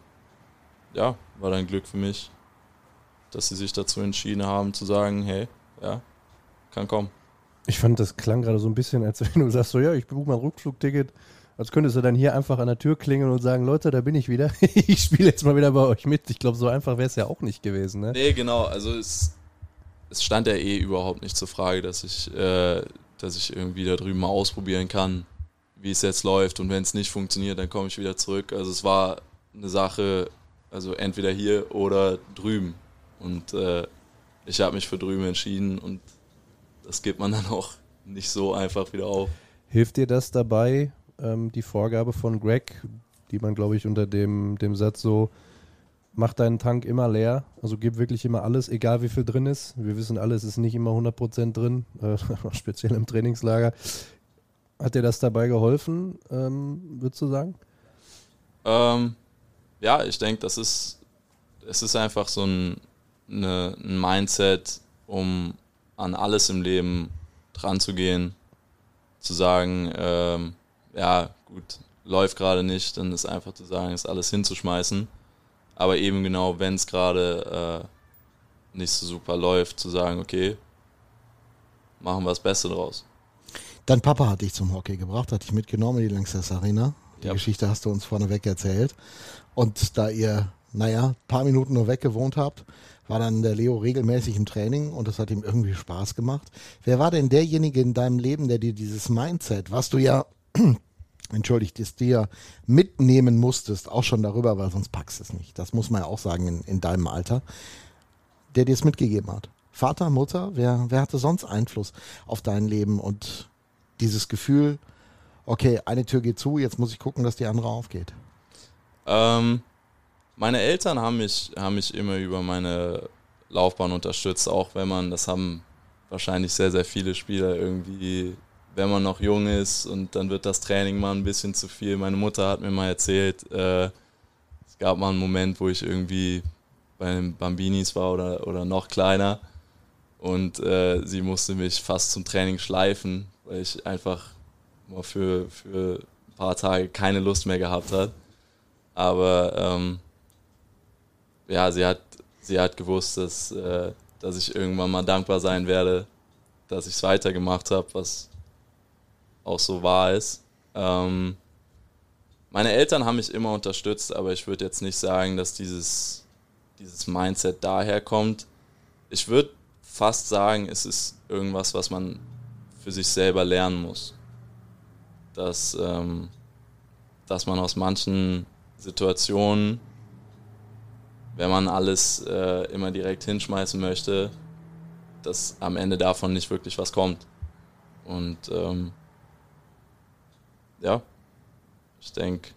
dann Glück für mich, dass sie sich dazu entschieden haben zu sagen, hey, ja, kann kommen. Ich fand, das klang gerade so ein bisschen, als wenn du sagst, so ja, ich buche mal ein Rückflugticket, Als könntest du dann hier einfach an der Tür klingeln und sagen, Leute, da bin ich wieder. Ich spiele jetzt mal wieder bei euch mit. Ich glaube, so einfach wäre es ja auch nicht gewesen. Ne? Nee, genau. Also es stand ja überhaupt nicht zur Frage, dass ich irgendwie da drüben mal ausprobieren kann, wie es jetzt läuft. Und wenn es nicht funktioniert, dann komme ich wieder zurück. Also es war eine Sache, also entweder hier oder drüben. Und ich habe mich für drüben entschieden und das gibt man dann auch nicht so einfach wieder auf. Hilft dir das dabei, die Vorgabe von Greg, die man, glaube ich, unter dem Satz so, mach deinen Tank immer leer, also gib wirklich immer alles, egal wie viel drin ist. Wir wissen alle, es ist nicht immer 100% drin, speziell im Trainingslager. Hat dir das dabei geholfen, würdest du sagen? Ja, ich denke, es ist einfach so ein Mindset, um an alles im Leben dran zu gehen, zu sagen, ja gut, läuft gerade nicht, dann ist einfach zu sagen, ist alles hinzuschmeißen. Aber eben genau, wenn es gerade nicht so super läuft, zu sagen, okay, machen wir das Beste draus. Dein Papa hat dich zum Hockey gebracht, hat dich mitgenommen in die Lanxess Arena. Die Geschichte hast du uns vorneweg erzählt. Und da ihr, ein paar Minuten nur weg gewohnt habt, war dann der Leo regelmäßig im Training und das hat ihm irgendwie Spaß gemacht. Wer war denn derjenige in deinem Leben, der dir dieses Mindset, was du ja, das dir mitnehmen musstest, auch schon darüber, weil sonst packst du es nicht. Das muss man ja auch sagen in deinem Alter, der dir es mitgegeben hat. Vater, Mutter, wer hatte sonst Einfluss auf dein Leben und dieses Gefühl, okay, eine Tür geht zu, jetzt muss ich gucken, dass die andere aufgeht? Meine Eltern haben mich immer über meine Laufbahn unterstützt, auch wenn man, das haben wahrscheinlich sehr, sehr viele Spieler irgendwie, wenn man noch jung ist und dann wird das Training mal ein bisschen zu viel. Meine Mutter hat mir mal erzählt, es gab mal einen Moment, wo ich irgendwie bei den Bambinis war oder noch kleiner und sie musste mich fast zum Training schleifen, weil ich einfach mal für ein paar Tage keine Lust mehr gehabt habe. Aber ja, sie hat gewusst, dass ich irgendwann mal dankbar sein werde, dass ich es weitergemacht habe, was auch so wahr ist. Meine Eltern haben mich immer unterstützt, aber ich würde jetzt nicht sagen, dass dieses Mindset daher kommt. Ich würde fast sagen, es ist irgendwas, was man für sich selber lernen muss. Dass man aus manchen Situationen, wenn man alles immer direkt hinschmeißen möchte, dass am Ende davon nicht wirklich was kommt. Und ja, ich denke,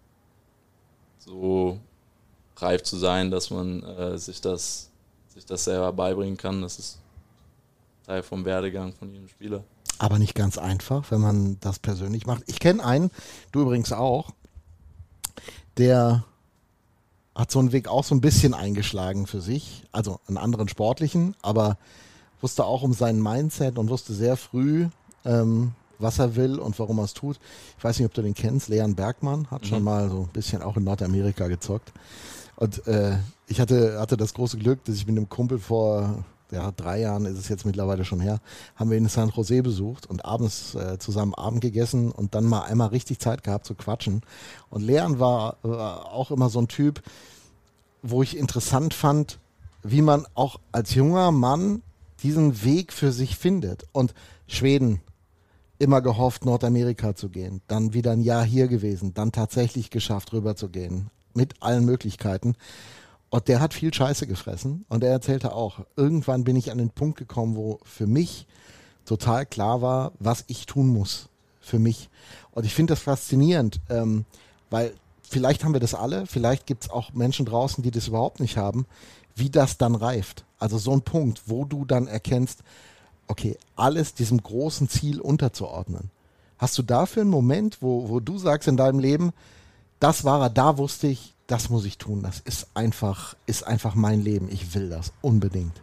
so reif zu sein, dass man sich das selber beibringen kann, das ist Teil vom Werdegang von jedem Spieler. Aber nicht ganz einfach, wenn man das persönlich macht. Ich kenne einen, du übrigens auch, der hat so einen Weg auch so ein bisschen eingeschlagen für sich, also einen anderen sportlichen, aber wusste auch um sein Mindset und wusste sehr früh, was er will und warum er es tut. Ich weiß nicht, ob du den kennst, Leon Bergmann, hat schon mal so ein bisschen auch in Nordamerika gezockt. Und ich hatte das große Glück, dass ich mit einem Kumpel vor 3 Jahren, ist es jetzt mittlerweile schon her, haben wir ihn in San Jose besucht und abends zusammen Abend gegessen und dann mal einmal richtig Zeit gehabt zu quatschen. Und Leon war auch immer so ein Typ, wo ich interessant fand, wie man auch als junger Mann diesen Weg für sich findet. Und Schweden, immer gehofft, Nordamerika zu gehen, dann wieder ein Jahr hier gewesen, dann tatsächlich geschafft, rüber zu gehen, mit allen Möglichkeiten. Und der hat viel Scheiße gefressen und er erzählte auch, irgendwann bin ich an den Punkt gekommen, wo für mich total klar war, was ich tun muss für mich. Und ich finde das faszinierend, weil vielleicht haben wir das alle, vielleicht gibt es auch Menschen draußen, die das überhaupt nicht haben, wie das dann reift. Also so ein Punkt, wo du dann erkennst, okay, alles diesem großen Ziel unterzuordnen. Hast du dafür einen Moment, wo du sagst in deinem Leben, das war er, da wusste ich, das muss ich tun, das ist einfach mein Leben, ich will das unbedingt.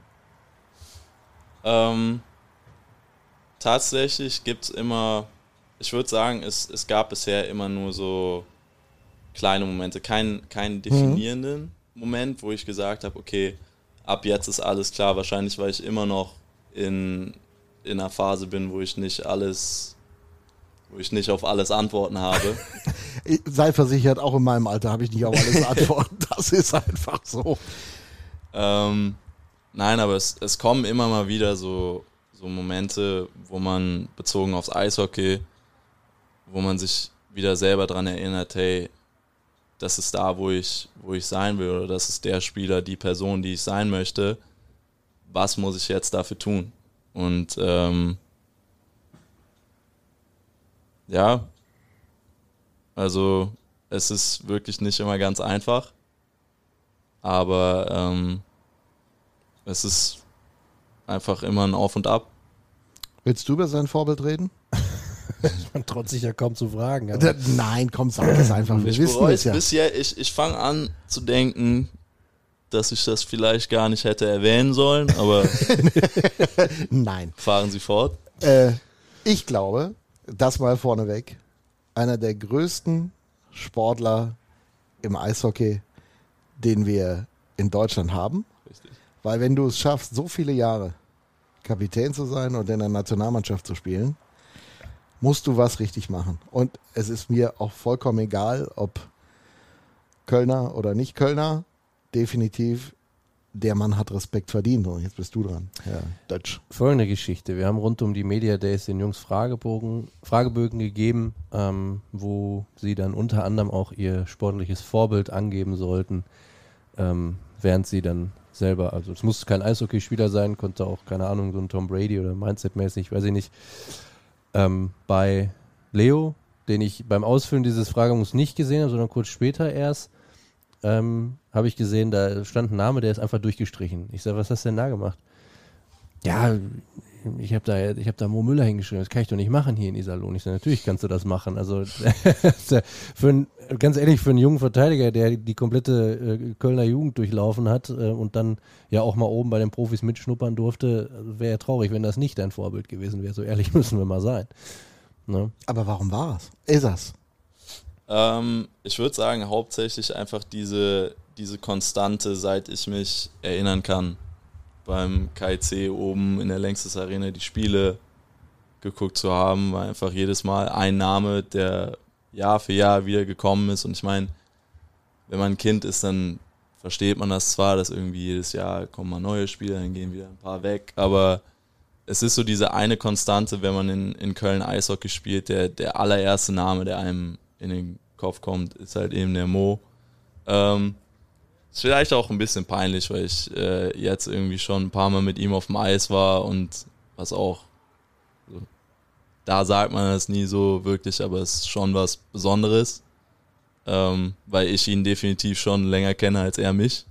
Tatsächlich gibt es immer, ich würde sagen, es gab bisher immer nur so kleine Momente, keinen definierenden Moment, wo ich gesagt habe, okay, ab jetzt ist alles klar, wahrscheinlich, weil ich immer noch in einer Phase bin, wo ich nicht alles wo ich nicht auf alles Antworten habe. Sei versichert, auch in meinem Alter habe ich nicht auf alles Antworten. Das ist einfach so. Nein, aber es kommen immer mal wieder so Momente, wo man bezogen aufs Eishockey, wo man sich wieder selber dran erinnert, hey, das ist da, wo ich sein will, oder das ist der Spieler, die Person, die ich sein möchte. Was muss ich jetzt dafür tun? Und ja, also es ist wirklich nicht immer ganz einfach, aber es ist einfach immer ein Auf und Ab. Willst du über sein Vorbild reden? Man traut sich ja kaum zu fragen. Nein, komm, sag es einfach. Wir wissen es ja. Bisher, ich fange an zu denken, dass ich das vielleicht gar nicht hätte erwähnen sollen, aber Nein. fahren Sie fort. Ich glaube, das mal vorneweg, einer der größten Sportler im Eishockey, den wir in Deutschland haben. Richtig. Weil wenn du es schaffst, so viele Jahre Kapitän zu sein und in der Nationalmannschaft zu spielen, musst du was richtig machen. Und es ist mir auch vollkommen egal, ob Kölner oder nicht Kölner, definitiv, der Mann hat Respekt verdient. Und jetzt bist du dran, Herr Dötsch. Folgende Geschichte. Wir haben rund um die Media Days den Jungs Fragebögen gegeben, wo sie dann unter anderem auch ihr sportliches Vorbild angeben sollten, während sie dann selber, also es muss kein Eishockeyspieler sein, konnte auch, keine Ahnung, so ein Tom Brady oder Mindset-mäßig, weiß ich nicht. Bei Leo, den ich beim Ausfüllen dieses Fragebogens nicht gesehen habe, sondern kurz später erst, habe ich gesehen, da stand ein Name, der ist einfach durchgestrichen. Ich sage, was hast du denn da gemacht? Ja, ich habe da Mo Müller hingeschrieben, das kann ich doch nicht machen hier in Iserlohn. Ich sage, natürlich kannst du das machen. Also ganz ehrlich, für einen jungen Verteidiger, der die komplette Kölner Jugend durchlaufen hat und dann ja auch mal oben bei den Profis mitschnuppern durfte, wäre ja traurig, wenn das nicht dein Vorbild gewesen wäre. So ehrlich müssen wir mal sein. Ne? Aber warum war es? Ist es? Ich würde sagen, hauptsächlich einfach diese Konstante, seit ich mich erinnern kann. Beim KIC oben in der Längstes Arena die Spiele geguckt zu haben, war einfach jedes Mal ein Name, der Jahr für Jahr wieder gekommen ist. Und ich meine, wenn man ein Kind ist, dann versteht man das zwar, dass irgendwie jedes Jahr kommen mal neue Spieler, dann gehen wieder ein paar weg, aber es ist so diese eine Konstante, wenn man in Köln Eishockey spielt, der allererste Name, der einem in den Kopf kommt, ist halt eben der Mo. Ist vielleicht auch ein bisschen peinlich, weil ich jetzt irgendwie schon ein paar Mal mit ihm auf dem Eis war und was auch, also, da sagt man das nie so wirklich, aber es ist schon was Besonderes, weil ich ihn definitiv schon länger kenne als er mich.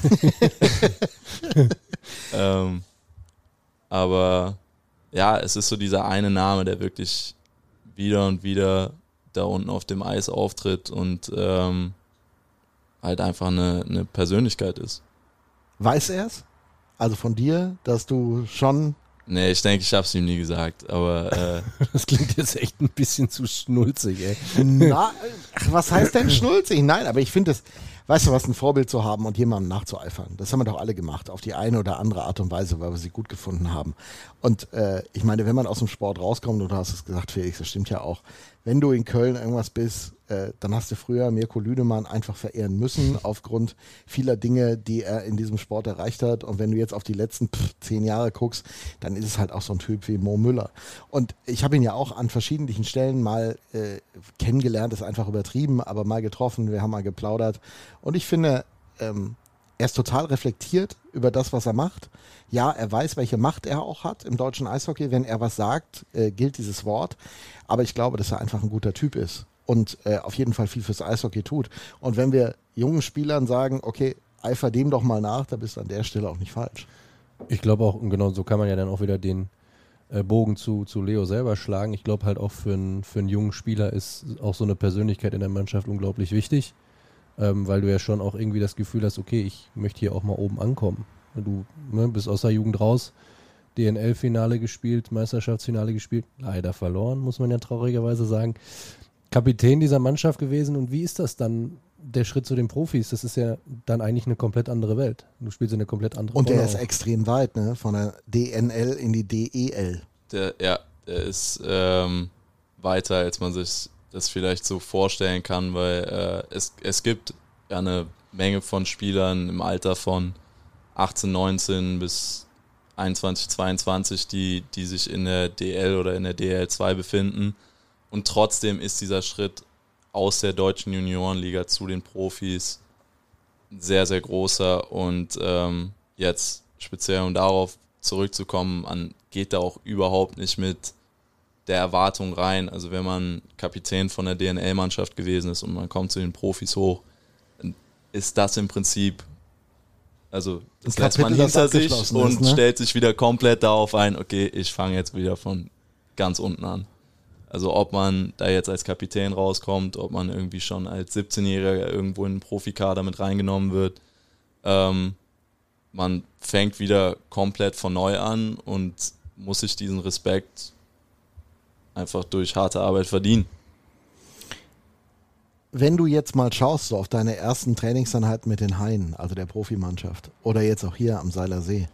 Aber ja, es ist so dieser eine Name, der wirklich wieder und wieder da unten auf dem Eis auftritt und halt einfach eine Persönlichkeit ist. Weiß er es? Also von dir, dass du schon... Nee, ich denke, ich habe es ihm nie gesagt, aber... Das klingt jetzt echt ein bisschen zu schnulzig, ey. Na, was heißt denn schnulzig? Nein, aber ich finde es... Weißt du was, ein Vorbild zu haben und jemandem nachzueifern, das haben wir doch alle gemacht, auf die eine oder andere Art und Weise, weil wir sie gut gefunden haben. Und ich meine, wenn man aus dem Sport rauskommt, und du hast es gesagt, Felix, das stimmt ja auch, wenn du in Köln irgendwas bist, dann hast du früher Mirko Lüdemann einfach verehren müssen, aufgrund vieler Dinge, die er in diesem Sport erreicht hat. Und wenn du jetzt auf die letzten 10 Jahre guckst, dann ist es halt auch so ein Typ wie Mo Müller. Und ich habe ihn ja auch an verschiedenen Stellen mal kennengelernt, ist einfach übertrieben, aber mal getroffen, wir haben mal geplaudert. Und ich finde, er ist total reflektiert über das, was er macht. Ja, er weiß, welche Macht er auch hat im deutschen Eishockey. Wenn er was sagt, gilt dieses Wort. Aber ich glaube, dass er einfach ein guter Typ ist und auf jeden Fall viel fürs Eishockey tut. Und wenn wir jungen Spielern sagen, okay, eifer dem doch mal nach, da bist du an der Stelle auch nicht falsch. Ich glaube auch, und genau so kann man ja dann auch wieder den Bogen zu Leo selber schlagen. Ich glaube halt auch für einen jungen Spieler ist auch so eine Persönlichkeit in der Mannschaft unglaublich wichtig. Weil du ja schon auch irgendwie das Gefühl hast, okay, ich möchte hier auch mal oben ankommen. Du bist aus der Jugend raus, DNL-Finale gespielt, Meisterschaftsfinale gespielt, leider verloren, muss man ja traurigerweise sagen. Kapitän dieser Mannschaft gewesen, und wie ist das dann, der Schritt zu den Profis? Das ist ja dann eigentlich eine komplett andere Welt. Du spielst in eine komplett andere Und Rolle der ist auch. extrem weit, ne? Von der DNL in die DEL. Der ist weiter, als man sich das vielleicht so vorstellen kann, weil es gibt ja eine Menge von Spielern im Alter von 18, 19 bis 21, 22, die sich in der DL oder in der DL2 befinden. Und trotzdem ist dieser Schritt aus der deutschen Juniorenliga zu den Profis sehr, sehr großer. Und jetzt speziell, um darauf zurückzukommen, man geht da auch überhaupt nicht mit der Erwartung rein. Also wenn man Kapitän von der DNL-Mannschaft gewesen ist und man kommt zu den Profis hoch, dann ist das im Prinzip, also das lässt man hinter sich und stellt sich wieder komplett darauf ein, okay, ich fange jetzt wieder von ganz unten an. Also ob man da jetzt als Kapitän rauskommt, ob man irgendwie schon als 17-Jähriger irgendwo in den Profikader mit reingenommen wird, man fängt wieder komplett von neu an und muss sich diesen Respekt einfach durch harte Arbeit verdienen. Wenn du jetzt mal schaust, so auf deine ersten Trainingseinheiten mit den Haien, also der Profimannschaft, oder jetzt auch hier am Seiler See,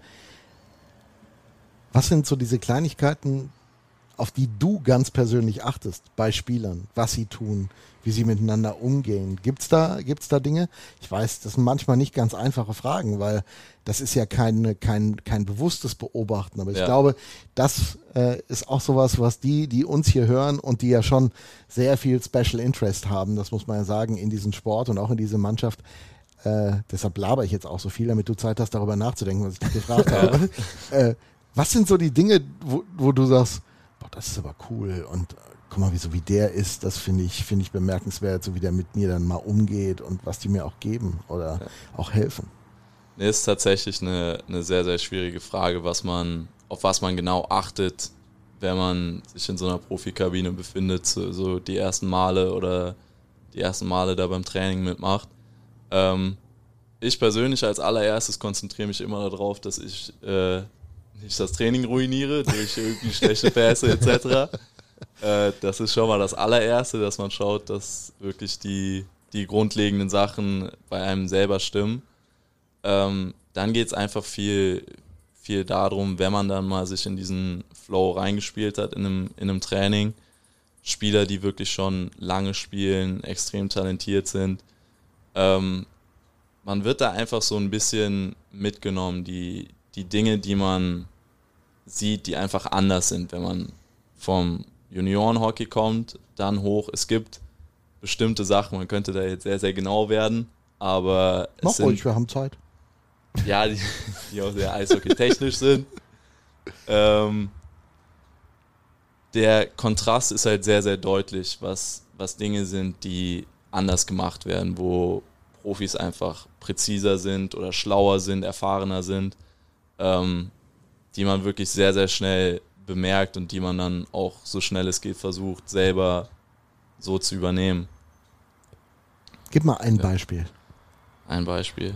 was sind so diese Kleinigkeiten, auf die du ganz persönlich achtest bei Spielern, was sie tun, wie sie miteinander umgehen? Gibt's da Dinge? Ich weiß, das sind manchmal nicht ganz einfache Fragen, weil das ist ja kein bewusstes Beobachten, aber ich glaube, das ist auch sowas, was die uns hier hören und die ja schon sehr viel Special Interest haben, das muss man ja sagen, in diesen Sport und auch in diese Mannschaft. Deshalb laber ich jetzt auch so viel, damit du Zeit hast, darüber nachzudenken, was ich dich gefragt habe. Was sind so die Dinge, wo du sagst, boah, das ist aber cool und guck mal, wie der ist, das finde ich bemerkenswert, so wie der mit mir dann mal umgeht und was die mir auch geben oder auch helfen. Nee, ist tatsächlich eine sehr, sehr schwierige Frage, auf was man genau achtet, wenn man sich in so einer Profikabine befindet, so die ersten Male da beim Training mitmacht. Ich persönlich als allererstes konzentriere mich immer darauf, dass ich nicht das Training ruiniere durch irgendwie schlechte Pässe etc. Das ist schon mal das allererste, dass man schaut, dass wirklich die grundlegenden Sachen bei einem selber stimmen. Dann geht es einfach viel darum, wenn man dann mal sich in diesen Flow reingespielt hat in einem Training, Spieler, die wirklich schon lange spielen, extrem talentiert sind, man wird da einfach so ein bisschen mitgenommen, die Dinge, die man sieht, die einfach anders sind, wenn man vom Juniorenhockey kommt, dann hoch. Es gibt bestimmte Sachen, man könnte da jetzt sehr, sehr genau werden, aber mach ruhig, wir haben Zeit. Ja, die auch sehr eishockey-technisch sind. Der Kontrast ist halt sehr, sehr deutlich, was Dinge sind, die anders gemacht werden, wo Profis einfach präziser sind oder schlauer sind, erfahrener sind, die man wirklich sehr, sehr schnell bemerkt und die man dann auch so schnell es geht versucht, selber so zu übernehmen. Gib mal ein Beispiel. Ein Beispiel.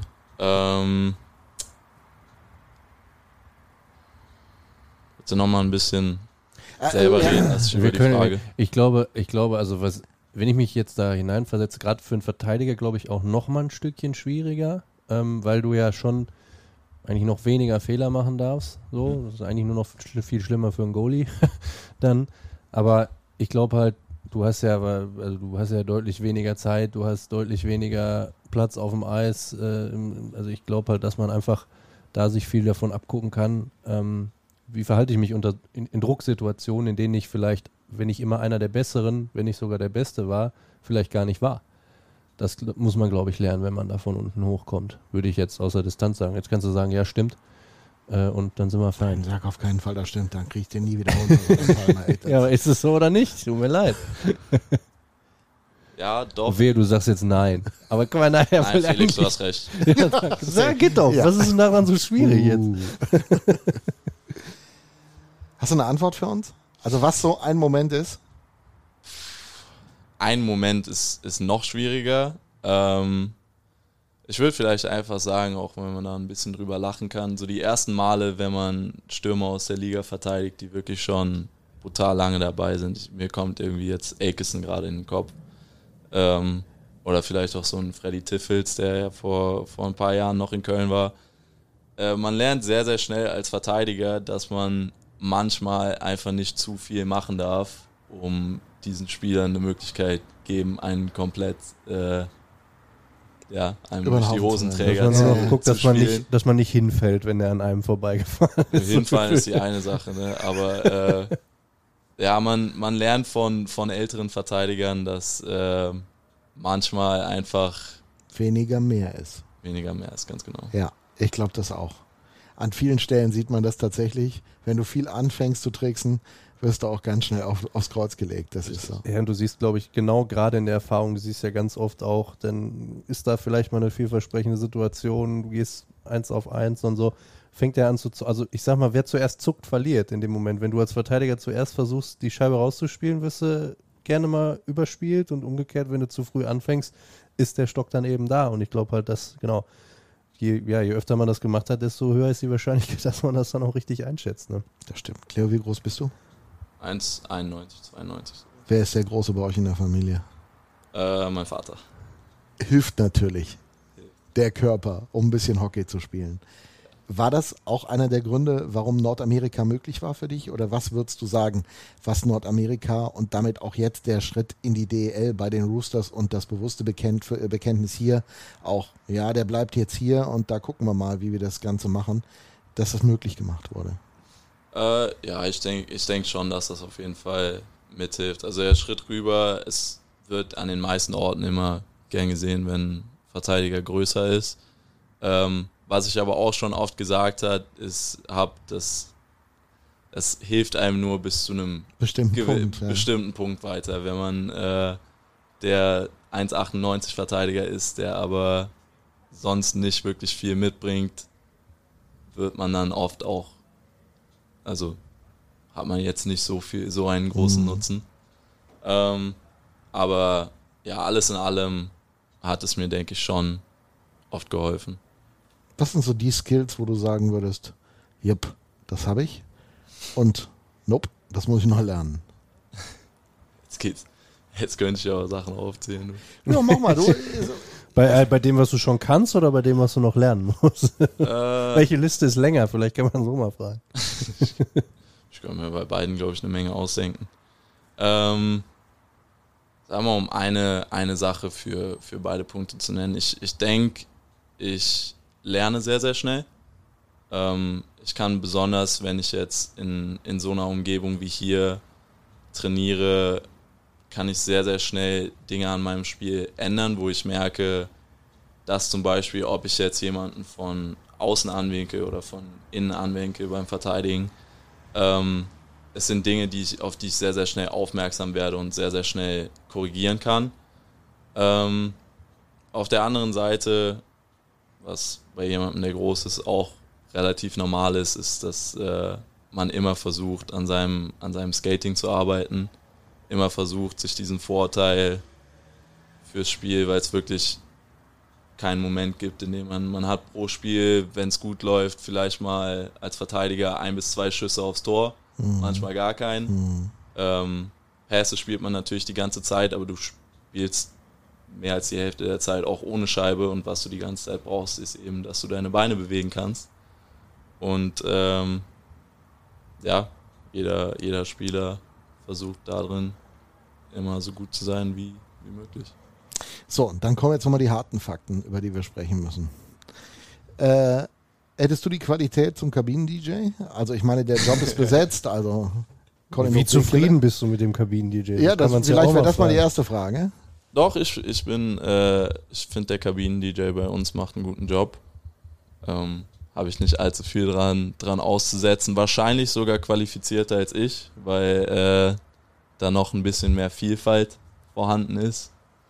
Willst du nochmal ein bisschen selber reden? Das ist schon die Frage. Ich glaube, also wenn ich mich jetzt da hineinversetze, gerade für einen Verteidiger, glaube ich, auch nochmal ein Stückchen schwieriger, weil du ja schon eigentlich noch weniger Fehler machen darfst. So, das ist eigentlich nur noch viel schlimmer für einen Goalie dann. Aber ich glaube halt, du hast ja deutlich weniger Zeit, du hast deutlich weniger Platz auf dem Eis. Also ich glaube halt, dass man einfach da sich viel davon abgucken kann. Wie verhalte ich mich in Drucksituationen, in denen ich vielleicht, wenn ich immer einer der Besseren, wenn nicht sogar der Beste war, vielleicht gar nicht war. Das muss man, glaube ich, lernen, wenn man da von unten hochkommt. Würde ich jetzt außer Distanz sagen. Jetzt kannst du sagen, ja, stimmt. Und dann sind wir fein. Sag auf keinen Fall, das stimmt. Dann krieg ich den nie wieder runter. Ja, aber ist es so oder nicht? Tut mir leid. Ja, doch. Wehe, du sagst jetzt nein. Aber guck mal, nachher nein, Felix, du hast recht. Sag, geht doch. Ja. Was ist denn daran so schwierig jetzt? Hast du eine Antwort für uns? Also was so ein Moment ist? Ein Moment ist noch schwieriger. Ich würde vielleicht einfach sagen, auch wenn man da ein bisschen drüber lachen kann, so die ersten Male, wenn man Stürmer aus der Liga verteidigt, die wirklich schon brutal lange dabei sind. Mir kommt irgendwie jetzt Aikison gerade in den Kopf. Oder vielleicht auch so ein Freddy Tiffels, der ja vor ein paar Jahren noch in Köln war. Man lernt sehr, sehr schnell als Verteidiger, dass man manchmal einfach nicht zu viel machen darf, um diesen Spielern eine Möglichkeit geben, einen komplett einem durch die Hosenträger dass man zu guckt, spielen. dass man nicht hinfällt, wenn er an einem vorbeigefahren ist. Hinfallen ist die eine Sache, ne? Aber man lernt von älteren Verteidigern, dass manchmal einfach weniger mehr ist. Ganz genau. Ja, ich glaube das auch. An vielen Stellen sieht man das tatsächlich. Wenn du viel anfängst zu tricksen, wirst du auch ganz schnell aufs Kreuz gelegt. Das ist so. Ja, und du siehst, glaube ich, genau gerade in der Erfahrung, du siehst ja ganz oft auch, dann ist da vielleicht mal eine vielversprechende Situation, du gehst 1 auf 1 und so, fängt er an also ich sag mal, wer zuerst zuckt, verliert in dem Moment. Wenn du als Verteidiger zuerst versuchst, die Scheibe rauszuspielen, wirst du gerne mal überspielt und umgekehrt, wenn du zu früh anfängst, ist der Stock dann eben da. Und ich glaube halt, dass, genau, je öfter man das gemacht hat, desto höher ist die Wahrscheinlichkeit, dass man das dann auch richtig einschätzt. Ne? Das stimmt. Cleo, wie groß bist du? 1,91, 92. Wer ist der Große bei euch in der Familie? Mein Vater. Hilft natürlich der Körper, um ein bisschen Hockey zu spielen. War das auch einer der Gründe, warum Nordamerika möglich war für dich? Oder was würdest du sagen, was Nordamerika und damit auch jetzt der Schritt in die DEL bei den Roosters und das bewusste Bekenntnis hier auch, ja, der bleibt jetzt hier und da gucken wir mal, wie wir das Ganze machen, dass das möglich gemacht wurde? Ich denk schon, dass das auf jeden Fall mithilft. Also der Schritt rüber, es wird an den meisten Orten immer gern gesehen, wenn ein Verteidiger größer ist. Was ich aber auch schon oft gesagt habe, es hilft einem nur bis zu einem bestimmten Punkt weiter. Wenn man der 1,98 Verteidiger ist, der aber sonst nicht wirklich viel mitbringt, wird man dann oft auch, also hat man jetzt nicht so einen großen Nutzen. Aber ja, alles in allem hat es mir, denke ich, schon oft geholfen. Was sind so die Skills, wo du sagen würdest, jupp, das habe ich und nope, das muss ich noch lernen? Jetzt könnte ich aber Sachen aufzählen. Ja, mach mal. Bei dem, was du schon kannst oder bei dem, was du noch lernen musst? Welche Liste ist länger? Vielleicht kann man so mal fragen. Ich kann mir bei beiden, glaube ich, eine Menge ausdenken. Sagen wir, um eine Sache für beide Punkte zu nennen. Ich denke, ich lerne sehr, sehr schnell. Ich kann besonders, wenn ich jetzt in so einer Umgebung wie hier trainiere, kann ich sehr, sehr schnell Dinge an meinem Spiel ändern, wo ich merke, dass zum Beispiel, ob ich jetzt jemanden von außen anwinkel oder von innen anwinkel beim Verteidigen, es sind Dinge, auf die ich sehr, sehr schnell aufmerksam werde und sehr, sehr schnell korrigieren kann. Auf der anderen Seite, was bei jemandem, der groß ist, auch relativ normal ist, dass man immer versucht, an seinem Skating zu arbeiten, immer versucht, sich diesen Vorteil fürs Spiel, weil es wirklich keinen Moment gibt, in dem man hat pro Spiel, wenn es gut läuft, vielleicht mal als Verteidiger 1 bis 2 Schüsse aufs Tor, manchmal gar keinen. Pässe spielt man natürlich die ganze Zeit, aber du spielst mehr als die Hälfte der Zeit auch ohne Scheibe und was du die ganze Zeit brauchst, ist eben, dass du deine Beine bewegen kannst. Und jeder Spieler versucht darin immer so gut zu sein wie möglich. So, dann kommen jetzt nochmal die harten Fakten, über die wir sprechen müssen. Hättest du die Qualität zum Kabinen-DJ? Also ich meine, der Job ist besetzt, also... Wie zufrieden bist du mit dem Kabinen-DJ? Ja, vielleicht wäre das mal die erste Frage. Doch, ich finde, der Kabinen-DJ bei uns macht einen guten Job. Habe ich nicht allzu viel dran auszusetzen. Wahrscheinlich sogar qualifizierter als ich, weil da noch ein bisschen mehr Vielfalt vorhanden ist.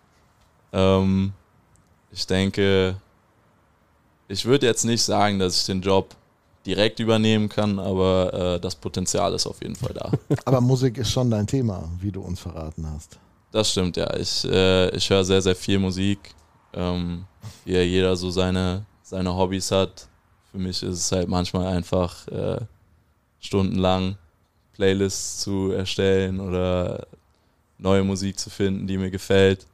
Ich denke, ich würde jetzt nicht sagen, dass ich den Job direkt übernehmen kann, aber das Potenzial ist auf jeden Fall da. Aber Musik ist schon dein Thema, wie du uns verraten hast. Das stimmt, ja. Ich höre sehr, sehr viel Musik. Wie ja jeder so seine Hobbys hat. Für mich ist es halt manchmal einfach stundenlang Playlists zu erstellen oder neue Musik zu finden, die mir gefällt.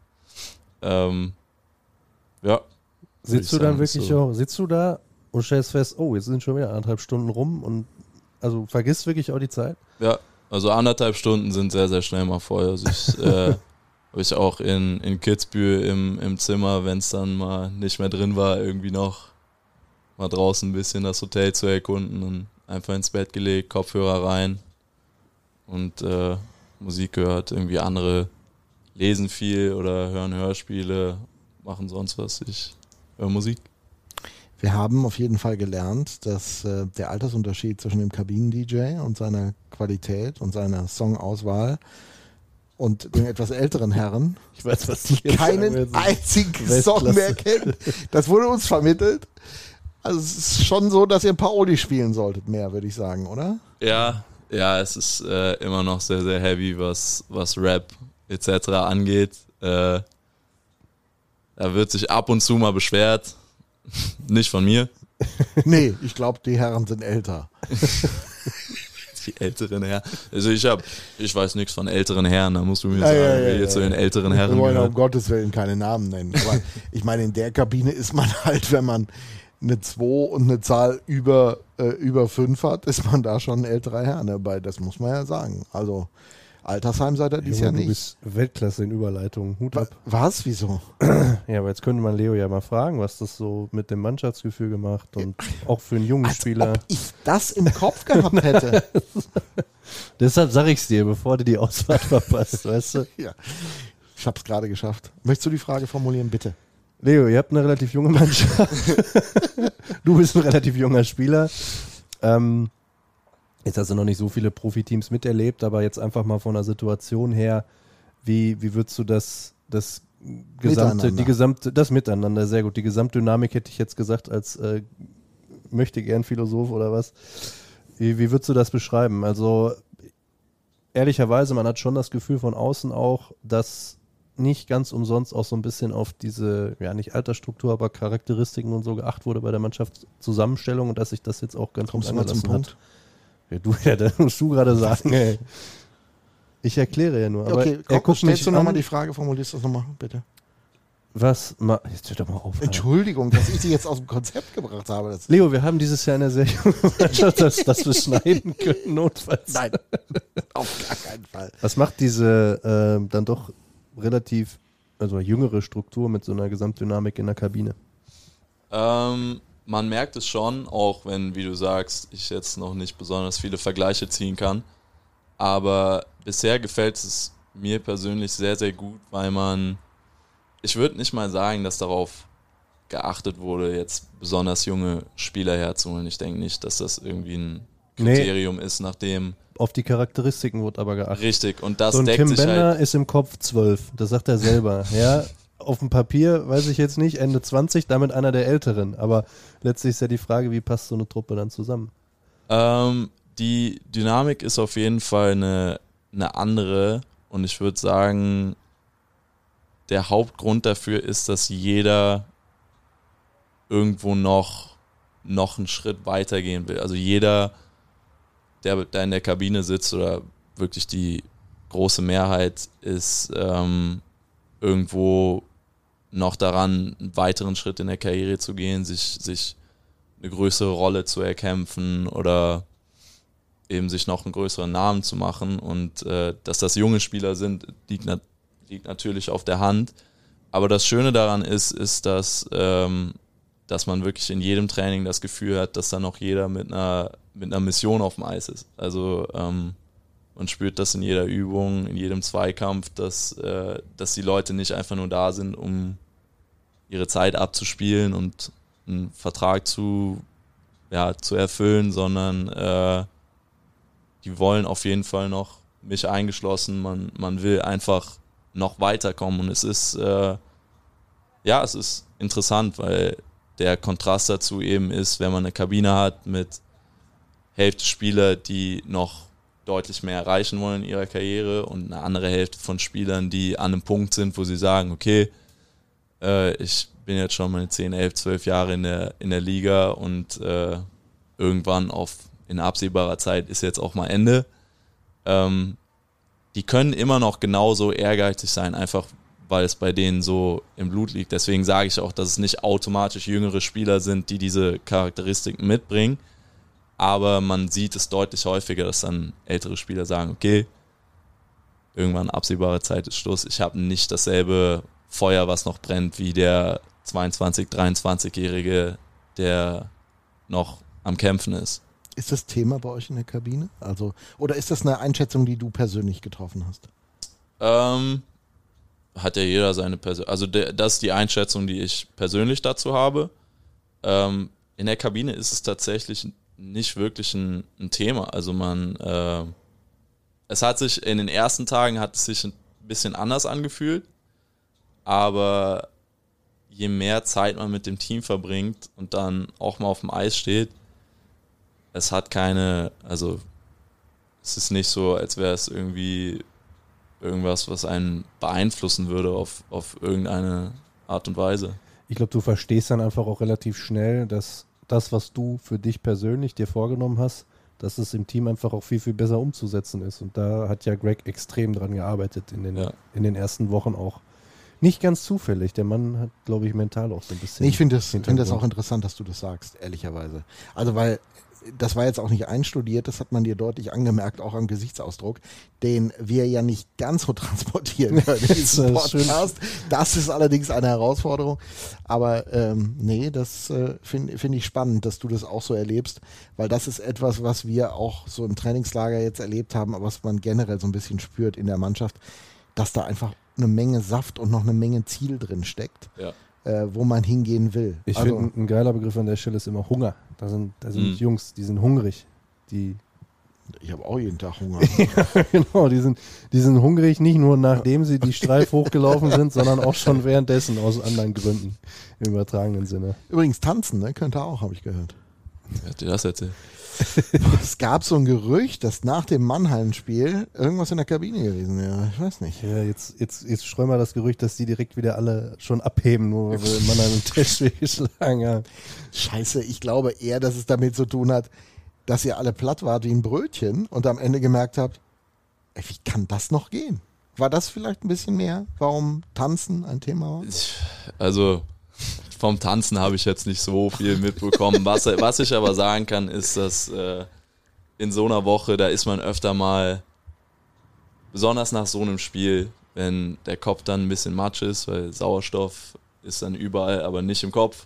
Sitzt du dann wirklich so? Sitzt du da und stellst fest, oh, jetzt sind schon wieder 1,5 Stunden rum und also vergisst wirklich auch die Zeit? Ja, Also 1,5 Stunden sind sehr, sehr schnell mal voll. Also habe ich auch in Kitzbühel im Zimmer, wenn es dann mal nicht mehr drin war, irgendwie noch mal draußen ein bisschen das Hotel zu erkunden und einfach ins Bett gelegt, Kopfhörer rein und Musik gehört. Irgendwie andere lesen viel oder hören Hörspiele, machen sonst was. Ich höre Musik. Wir haben auf jeden Fall gelernt, dass der Altersunterschied zwischen dem Kabinen-DJ und seiner Qualität und seiner Songauswahl und den etwas älteren Herren, Ich weiß, was die keinen einzigen Song mehr kennen. Das wurde uns vermittelt. Also es ist schon so, dass ihr Paoli spielen solltet mehr, würde ich sagen, oder? Ja, es ist immer noch sehr, sehr heavy, was Rap etc. angeht. Da wird sich ab und zu mal beschwert. Nicht von mir. Nee, ich glaube, die Herren sind älter. Die älteren Herren. Also ich weiß nichts von älteren Herren, da musst du mir sagen, wer jetzt zu den älteren Herren Wir wollen gehört. um Gottes Willen keine Namen nennen. Aber ich meine, in der Kabine ist man halt, wenn man eine 2 und eine Zahl über 5 hat, ist man da schon ein älterer Herr dabei. Das muss man ja sagen. Also Altersheim seid ihr dies Jahr Du nicht. bist Weltklasse in Überleitungen. Hut ab. Was? Wieso? Ja, aber jetzt könnte man Leo ja mal fragen, was das so mit dem Mannschaftsgefühl gemacht und auch für einen jungen Spieler. Ob ich das im Kopf gehabt hätte. Deshalb sage ich es dir, bevor du die Ausfahrt verpasst, weißt du? Ja. Ich habe es gerade geschafft. Möchtest du die Frage formulieren, bitte? Leo, ihr habt eine relativ junge Mannschaft. Du bist ein relativ junger Spieler. Jetzt hast du noch nicht so viele Profiteams miterlebt, aber jetzt einfach mal von der Situation her, wie würdest du das Miteinander, sehr gut, die Gesamtdynamik hätte ich jetzt gesagt als möchte gern Philosoph oder was. Wie würdest du das beschreiben? Also ehrlicherweise, man hat schon das Gefühl von außen auch, dass nicht ganz umsonst auch so ein bisschen auf diese, ja nicht Altersstruktur, aber Charakteristiken und so geachtet wurde bei der Mannschaftszusammenstellung und dass sich das jetzt auch ganz gut angelassen hat. Ja, das musst du gerade sagen, ey. Ich erkläre ja nur. Aber okay, komm, stellst du nochmal die Frage, formulierst du das nochmal, bitte. Was? Jetzt hör doch mal auf. Entschuldigung, dass ich dich jetzt aus dem Konzept gebracht habe. Leo, wir haben dieses Jahr eine sehr junge Mannschaft, dass wir schneiden können, notfalls. Nein, auf gar keinen Fall. Was macht diese dann doch relativ, also jüngere Struktur mit so einer Gesamtdynamik in der Kabine? Man merkt es schon, auch wenn, wie du sagst, ich jetzt noch nicht besonders viele Vergleiche ziehen kann. Aber bisher gefällt es mir persönlich sehr, sehr gut, weil ich würde nicht mal sagen, dass darauf geachtet wurde, jetzt besonders junge Spieler herzuholen. Ich denke nicht, dass das irgendwie ein Kriterium ist, nachdem... Auf die Charakteristiken wurde aber geachtet. Richtig, und das so ein deckt Tim sich Bender halt... ist im Kopf 12, das sagt er selber. Ja, auf dem Papier weiß ich jetzt nicht, Ende 20, damit einer der Älteren. Aber letztlich ist ja die Frage, wie passt so eine Truppe dann zusammen? Die Dynamik ist auf jeden Fall eine andere und ich würde sagen, der Hauptgrund dafür ist, dass jeder irgendwo noch einen Schritt weitergehen will. Also jeder, der da in der Kabine sitzt oder wirklich die große Mehrheit ist irgendwo noch daran, einen weiteren Schritt in der Karriere zu gehen, sich eine größere Rolle zu erkämpfen oder eben sich noch einen größeren Namen zu machen. Und dass das junge Spieler sind, liegt natürlich auf der Hand. Aber das Schöne daran ist, dass man wirklich in jedem Training das Gefühl hat, dass da noch jeder mit einer Mission auf dem Eis ist. Also man spürt das in jeder Übung, in jedem Zweikampf, dass die Leute nicht einfach nur da sind, um ihre Zeit abzuspielen und einen Vertrag zu erfüllen, sondern die wollen auf jeden Fall noch, mich eingeschlossen, man will einfach noch weiterkommen und es ist interessant, weil der Kontrast dazu eben ist, wenn man eine Kabine hat mit Hälfte Spieler, die noch deutlich mehr erreichen wollen in ihrer Karriere und eine andere Hälfte von Spielern, die an einem Punkt sind, wo sie sagen, okay, ich bin jetzt schon meine 10, 11, 12 Jahre in der Liga und irgendwann in absehbarer Zeit ist jetzt auch mal Ende. Die können immer noch genauso ehrgeizig sein, einfach weil es bei denen so im Blut liegt. Deswegen sage ich auch, dass es nicht automatisch jüngere Spieler sind, die diese Charakteristiken mitbringen. aber man sieht es deutlich häufiger, dass dann ältere Spieler sagen, okay, irgendwann absehbare Zeit ist Schluss. Ich habe nicht dasselbe Feuer, was noch brennt, wie der 22-, 23-Jährige, der noch am Kämpfen ist. Ist das Thema bei euch in der Kabine? Also, oder ist das eine Einschätzung, die du persönlich getroffen hast? Hat ja jeder seine Persönlichkeit. Also das ist die Einschätzung, die ich persönlich dazu habe. In der Kabine ist es tatsächlich nicht wirklich ein Thema. Also es hat sich in den ersten Tagen ein bisschen anders angefühlt, aber je mehr Zeit man mit dem Team verbringt und dann auch mal auf dem Eis steht, es ist nicht so, als wäre es irgendwie irgendwas, was einen beeinflussen würde auf irgendeine Art und Weise. Ich glaube, du verstehst dann einfach auch relativ schnell, dass das, was du für dich persönlich dir vorgenommen hast, dass es im Team einfach auch viel, viel besser umzusetzen ist. Und da hat ja Greg extrem dran gearbeitet in den ersten Wochen auch. Nicht ganz zufällig. Der Mann hat, glaube ich, mental auch so ein bisschen. Ich finde das auch interessant, dass du das sagst, ehrlicherweise. Also, weil das war jetzt auch nicht einstudiert, das hat man dir deutlich angemerkt, auch am Gesichtsausdruck, den wir ja nicht ganz so transportieren können in diesem Podcast. Das ist allerdings eine Herausforderung. Aber nee, das finde ich spannend, dass du das auch so erlebst, weil das ist etwas, was wir auch so im Trainingslager jetzt erlebt haben, aber was man generell so ein bisschen spürt in der Mannschaft, dass da einfach eine Menge Saft und noch eine Menge Ziel drin steckt. Ja. Wo man hingehen will. Ich finde, ein geiler Begriff an der Stelle ist immer Hunger. Da sind Jungs, die sind hungrig. Ich habe auch jeden Tag Hunger. Ja, genau, die sind hungrig, nicht nur nachdem sie die Streif hochgelaufen sind, sondern auch schon währenddessen aus anderen Gründen, im übertragenen Sinne. Übrigens tanzen, ne? Könnte auch, habe ich gehört. Wer hat dir das erzählt? Es gab so ein Gerücht, dass nach dem Mannheim-Spiel irgendwas in der Kabine gewesen wäre. Ich weiß nicht. Ja, jetzt streuen wir das Gerücht, dass die direkt wieder alle schon abheben, nur weil wir in Mannheim im Testspiel geschlagen haben. Scheiße, ich glaube eher, dass es damit zu tun hat, dass ihr alle platt wart wie ein Brötchen und am Ende gemerkt habt, ey, wie kann das noch gehen? War das vielleicht ein bisschen mehr, warum Tanzen ein Thema war? Also vom Tanzen habe ich jetzt nicht so viel mitbekommen. Was ich aber sagen kann, ist, dass in so einer Woche, da ist man öfter mal, besonders nach so einem Spiel, wenn der Kopf dann ein bisschen matsch ist, weil Sauerstoff ist dann überall, aber nicht im Kopf,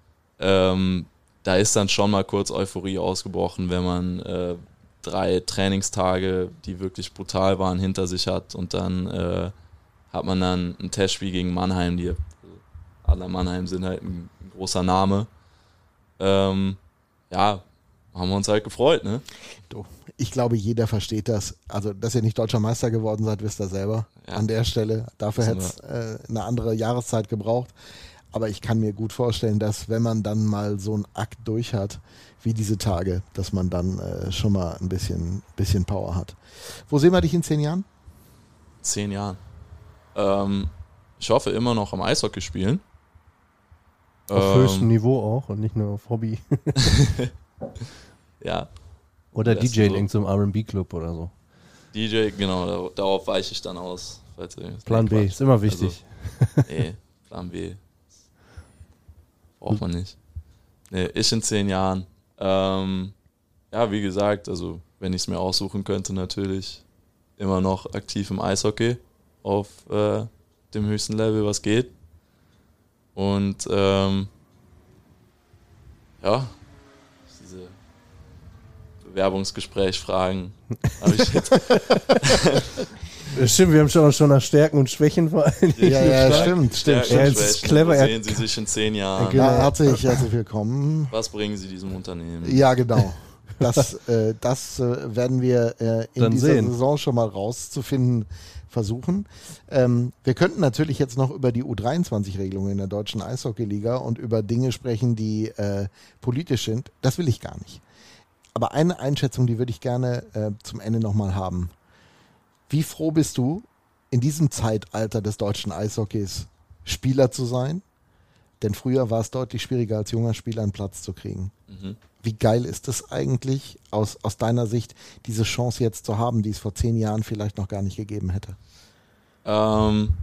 da ist dann schon mal kurz Euphorie ausgebrochen, wenn man 3 Trainingstage, die wirklich brutal waren, hinter sich hat und dann hat man dann ein Testspiel gegen Mannheim, die Adler Mannheim sind halt ein großer Name. Haben wir uns halt gefreut, ne? Ich glaube, jeder versteht das. Also, dass ihr nicht deutscher Meister geworden seid, wisst ihr selber. Ja. An der Stelle. Dafür hätte es eine andere Jahreszeit gebraucht. Aber ich kann mir gut vorstellen, dass wenn man dann mal so einen Akt durch hat, wie diese Tage, dass man dann schon mal ein bisschen Power hat. Wo sehen wir dich in 10 Jahren? 10 Jahren. Ich hoffe immer noch am Eishockey spielen. Auf höchstem Niveau auch und nicht nur auf Hobby. Ja. Oder DJ in irgendeinem R&B-Club oder so. DJ, genau, darauf weiche ich dann aus. Plan B ist immer wichtig. Also, nee, Plan B braucht man nicht. Nee, ich in 10 Jahren. Wie gesagt, also wenn ich es mir aussuchen könnte, natürlich immer noch aktiv im Eishockey auf dem höchsten Level, was geht. Und diese Bewerbungsgespräch-Fragen habe ich jetzt. Stimmt, wir haben schon nach Stärken und Schwächen vor allem. Ja, stimmt. Er ist clever. Wo sehen Sie sich in 10 Jahren? Genau. Herzlich willkommen. Was bringen Sie diesem Unternehmen? Ja, genau. Das werden wir in dieser Saison schon mal rauszufinden versuchen. Wir könnten natürlich jetzt noch über die U23-Regelung in der deutschen Eishockey-Liga und über Dinge sprechen, die politisch sind. Das will ich gar nicht. Aber eine Einschätzung, die würde ich gerne zum Ende nochmal haben. Wie froh bist du, in diesem Zeitalter des deutschen Eishockeys Spieler zu sein? Denn früher war es deutlich schwieriger, als junger Spieler einen Platz zu kriegen. Mhm. Wie geil ist es eigentlich, aus deiner Sicht, diese Chance jetzt zu haben, die es vor 10 Jahren vielleicht noch gar nicht gegeben hätte?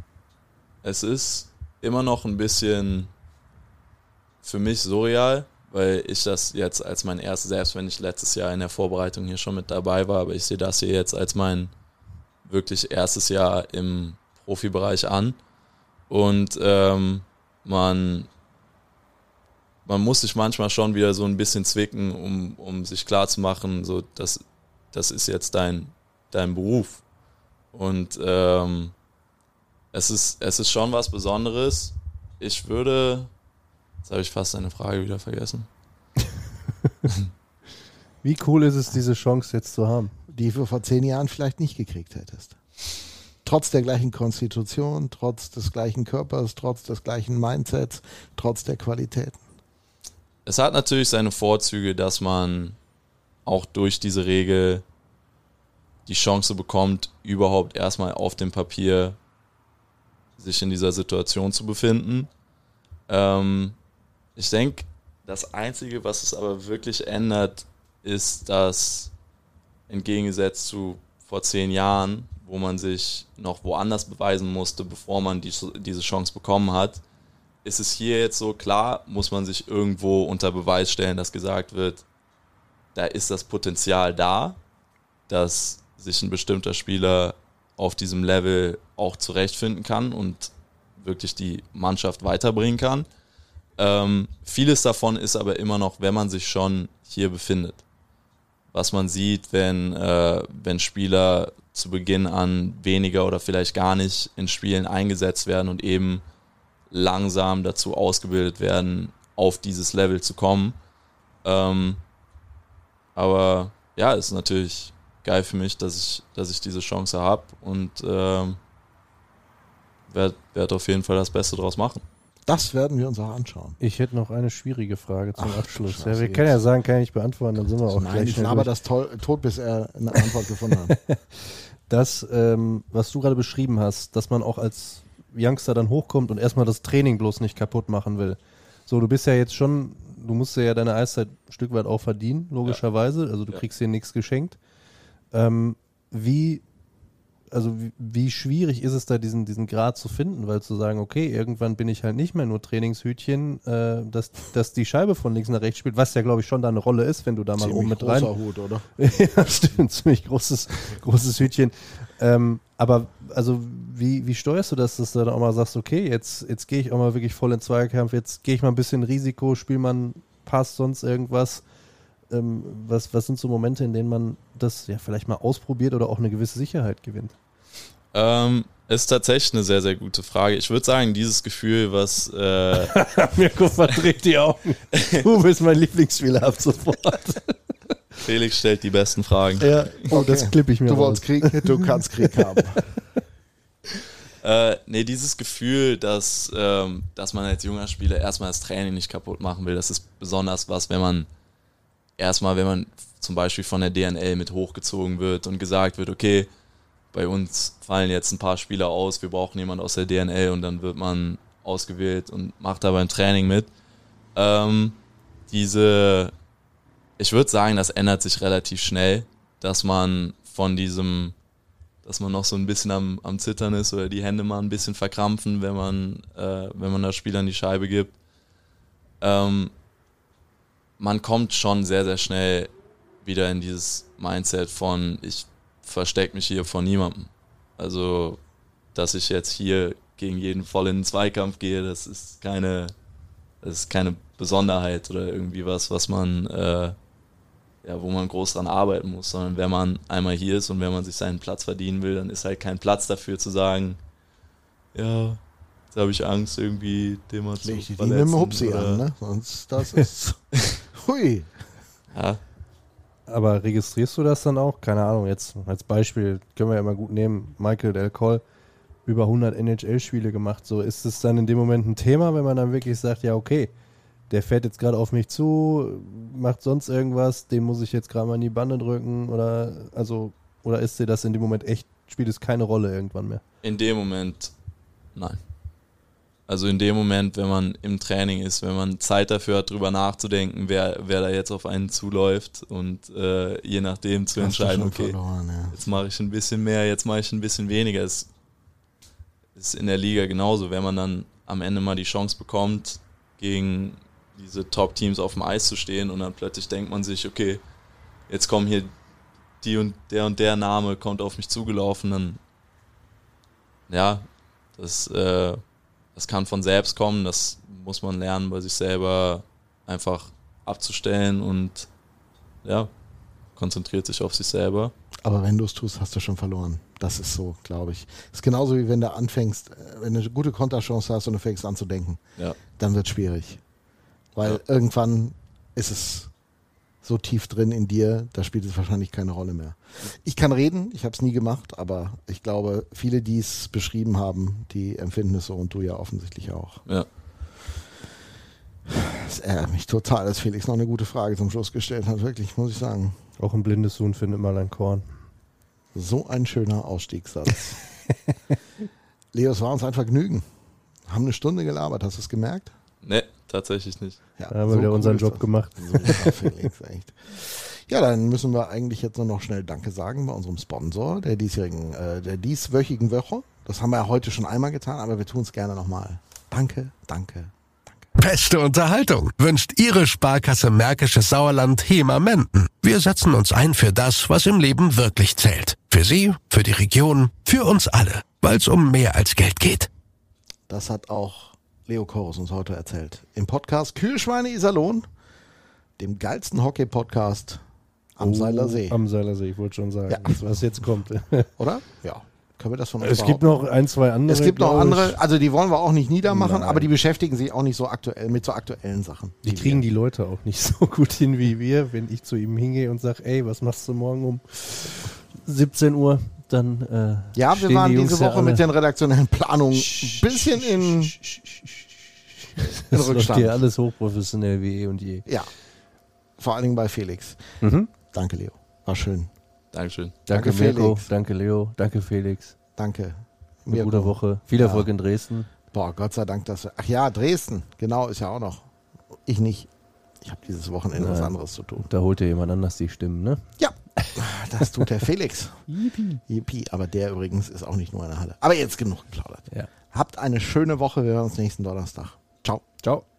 Es ist immer noch ein bisschen für mich surreal, weil ich das jetzt als mein erstes, selbst wenn ich letztes Jahr in der Vorbereitung hier schon mit dabei war, aber ich sehe das hier jetzt als mein wirklich erstes Jahr im Profibereich an. Und man muss sich manchmal schon wieder so ein bisschen zwicken, um sich klarzumachen, so das ist jetzt dein Beruf. Und es ist schon was Besonderes. Ich würde, jetzt habe ich fast deine Frage wieder vergessen. Wie cool ist es, diese Chance jetzt zu haben? Die du vor 10 Jahren vielleicht nicht gekriegt hättest. Trotz der gleichen Konstitution, trotz des gleichen Körpers, trotz des gleichen Mindsets, trotz der Qualitäten. Es hat natürlich seine Vorzüge, dass man auch durch diese Regel die Chance bekommt, überhaupt erstmal auf dem Papier sich in dieser Situation zu befinden. Ich denke, das Einzige, was es aber wirklich ändert, ist, dass entgegengesetzt zu vor 10 Jahren, wo man sich noch woanders beweisen musste, bevor man diese Chance bekommen hat, ist es hier jetzt so, klar, muss man sich irgendwo unter Beweis stellen, dass gesagt wird, da ist das Potenzial da, dass sich ein bestimmter Spieler auf diesem Level auch zurechtfinden kann und wirklich die Mannschaft weiterbringen kann. Vieles davon ist aber immer noch, wenn man sich schon hier befindet. Was man sieht, wenn Spieler zu Beginn an weniger oder vielleicht gar nicht in Spielen eingesetzt werden und eben langsam dazu ausgebildet werden, auf dieses Level zu kommen. Aber ja, es ist natürlich geil für mich, dass ich diese Chance habe und werde auf jeden Fall das Beste draus machen. Das werden wir uns auch anschauen. Ich hätte noch eine schwierige Frage zum Abschluss. Scheiße, Ja, wir können ja sagen, kann ich nicht beantworten, dann sind wir auch Nein, gleich ich schnell aber durch. das tot, bis er eine Antwort gefunden hat. Das, was du gerade beschrieben hast, dass man auch als Youngster dann hochkommt und erstmal das Training bloß nicht kaputt machen will. So, du bist ja jetzt schon, du musst ja deine Eiszeit ein Stück weit auch verdienen, logischerweise. Also du kriegst hier nichts geschenkt. Wie schwierig ist es da, diesen Grad zu finden, weil zu sagen, okay, irgendwann bin ich halt nicht mehr nur Trainingshütchen, dass die Scheibe von links nach rechts spielt, was ja, glaube ich, schon da eine Rolle ist, wenn du da mal oben mit rein... Großer Hut, oder? Ja, stimmt, ziemlich großes Hütchen. Aber also wie steuerst du das, dass du dann auch mal sagst, okay, jetzt gehe ich auch mal wirklich voll in Zweikampf, jetzt gehe ich mal ein bisschen Risiko, spiele mal einen Pass, sonst irgendwas. Was sind so Momente, in denen man das ja vielleicht mal ausprobiert oder auch eine gewisse Sicherheit gewinnt? Ist tatsächlich eine sehr, sehr gute Frage. Ich würde sagen, dieses Gefühl, was... Mirko verdreht die Augen. Du bist mein Lieblingsspieler ab sofort. Felix stellt die besten Fragen. Ja, das klippe ich mir Du raus. wolltest Krieg, du kannst Krieg haben. Dieses Gefühl, dass man als junger Spieler erstmal das Training nicht kaputt machen will, das ist besonders was, wenn man zum Beispiel von der DNL mit hochgezogen wird und gesagt wird, okay, bei uns fallen jetzt ein paar Spieler aus, wir brauchen jemanden aus der DNL und dann wird man ausgewählt und macht da beim Training mit. Ich würde sagen, das ändert sich relativ schnell, dass man noch so ein bisschen am Zittern ist oder die Hände mal ein bisschen verkrampfen, wenn man das Spielern die Scheibe gibt. Man kommt schon sehr, sehr schnell wieder in dieses Mindset von, ich verstecke mich hier vor niemandem. Also, dass ich jetzt hier gegen jeden voll in den Zweikampf gehe, das ist keine Besonderheit oder irgendwie was man, wo man groß dran arbeiten muss, sondern wenn man einmal hier ist und wenn man sich seinen Platz verdienen will, dann ist halt kein Platz dafür zu sagen, ja, jetzt habe ich Angst, irgendwie den mal zu Leg dich verletzen. nicht mit dem Hupsi oder- an, ne? Sonst, das ist... Hui. Ja, Aber registrierst du das dann auch? Keine Ahnung, jetzt als Beispiel können wir ja mal gut nehmen, Michael Del Col, über 100 NHL-Spiele gemacht. So, ist es dann in dem Moment ein Thema, wenn man dann wirklich sagt, ja okay, der fährt jetzt gerade auf mich zu, macht sonst irgendwas, den muss ich jetzt gerade mal in die Bande drücken oder ist dir das in dem Moment echt, spielt es keine Rolle irgendwann mehr? in dem Moment, nein. Also in dem Moment, wenn man im Training ist, wenn man Zeit dafür hat, drüber nachzudenken, wer da jetzt auf einen zuläuft und je nachdem zu Hast du entscheiden, schon okay, verloren, ja. jetzt mache ich ein bisschen mehr, jetzt mache ich ein bisschen weniger. Es ist in der Liga genauso, wenn man dann am Ende mal die Chance bekommt, gegen diese Top-Teams auf dem Eis zu stehen und dann plötzlich denkt man sich, okay, jetzt kommen hier und der Name kommt auf mich zugelaufen, dann ja, das kann von selbst kommen, das muss man lernen, bei sich selber einfach abzustellen und ja, konzentriert sich auf sich selber. Aber wenn du es tust, hast du schon verloren. Das ist so, glaube ich. Das ist genauso wie wenn du anfängst, wenn du eine gute Konterchance hast und du fängst an zu denken, dann wird es schwierig. Weil irgendwann ist es so tief drin in dir, da spielt es wahrscheinlich keine Rolle mehr. Ich kann reden, ich habe es nie gemacht, aber ich glaube, viele, die es beschrieben haben, die empfinden es so und du ja offensichtlich auch. Ja. Es ärgert mich total, dass Felix noch eine gute Frage zum Schluss gestellt hat, wirklich, muss ich sagen. Auch ein blindes Huhn findet mal ein Korn. So ein schöner Ausstiegssatz. Leo, es war uns ein Vergnügen. Haben eine Stunde gelabert, hast du es gemerkt? Nee, tatsächlich nicht. Ja, da haben wir wieder unseren Job gemacht. Super, Felix, echt. Ja, dann müssen wir eigentlich jetzt nur noch schnell Danke sagen bei unserem Sponsor der dieswöchigen Woche. Das haben wir ja heute schon einmal getan, aber wir tun es gerne nochmal. Danke, danke. Beste Unterhaltung wünscht Ihre Sparkasse Märkisches Sauerland HEMA Menden. Wir setzen uns ein für das, was im Leben wirklich zählt. Für Sie, für die Region, für uns alle. Weil es um mehr als Geld geht. Das hat auch Leo Korus uns heute erzählt. Im Podcast Kühlschweine Iserlohn, dem geilsten Hockey-Podcast am Seiler See. Am Seiler See, ich wollte schon sagen, Ja. was jetzt kommt. Oder? Ja. Können wir das von uns Es gibt noch ein, zwei andere. Es gibt noch glaub andere, ich. also die wollen wir auch nicht niedermachen, Nein. aber die beschäftigen sich auch nicht so aktuell mit so aktuellen Sachen. Die kriegen die Leute auch nicht so gut hin wie wir, wenn ich zu ihm hingehe und sage, ey, was machst du morgen um 17 Uhr? Dann Ja, wir stehen waren die Jungs diese ja Woche alle. mit den redaktionellen Planungen ein bisschen in Das läuft Rückstand. hier alles hochprofessionell wie eh und je. Ja, vor allen Dingen bei Felix. Mhm. Danke, Leo. War schön. Dankeschön. Danke, Danke, Mirko. Felix. Danke, Leo. Danke, Felix. Danke. Eine Mirko. gute Woche. Viel Ja. Erfolg in Dresden. Boah, Gott sei Dank, dass wir. Ach ja, Dresden. Genau, ist ja auch noch. Ich nicht. Ich habe dieses Wochenende was Nein. anderes zu tun. Da holt ja jemand anders die Stimmen, ne? Ja, das tut der Felix. Yippie. Aber der übrigens ist auch nicht nur in der Halle. Aber jetzt genug geplaudert. Ja. Habt eine schöne Woche. Wir hören uns nächsten Donnerstag. Ciao. Ciao.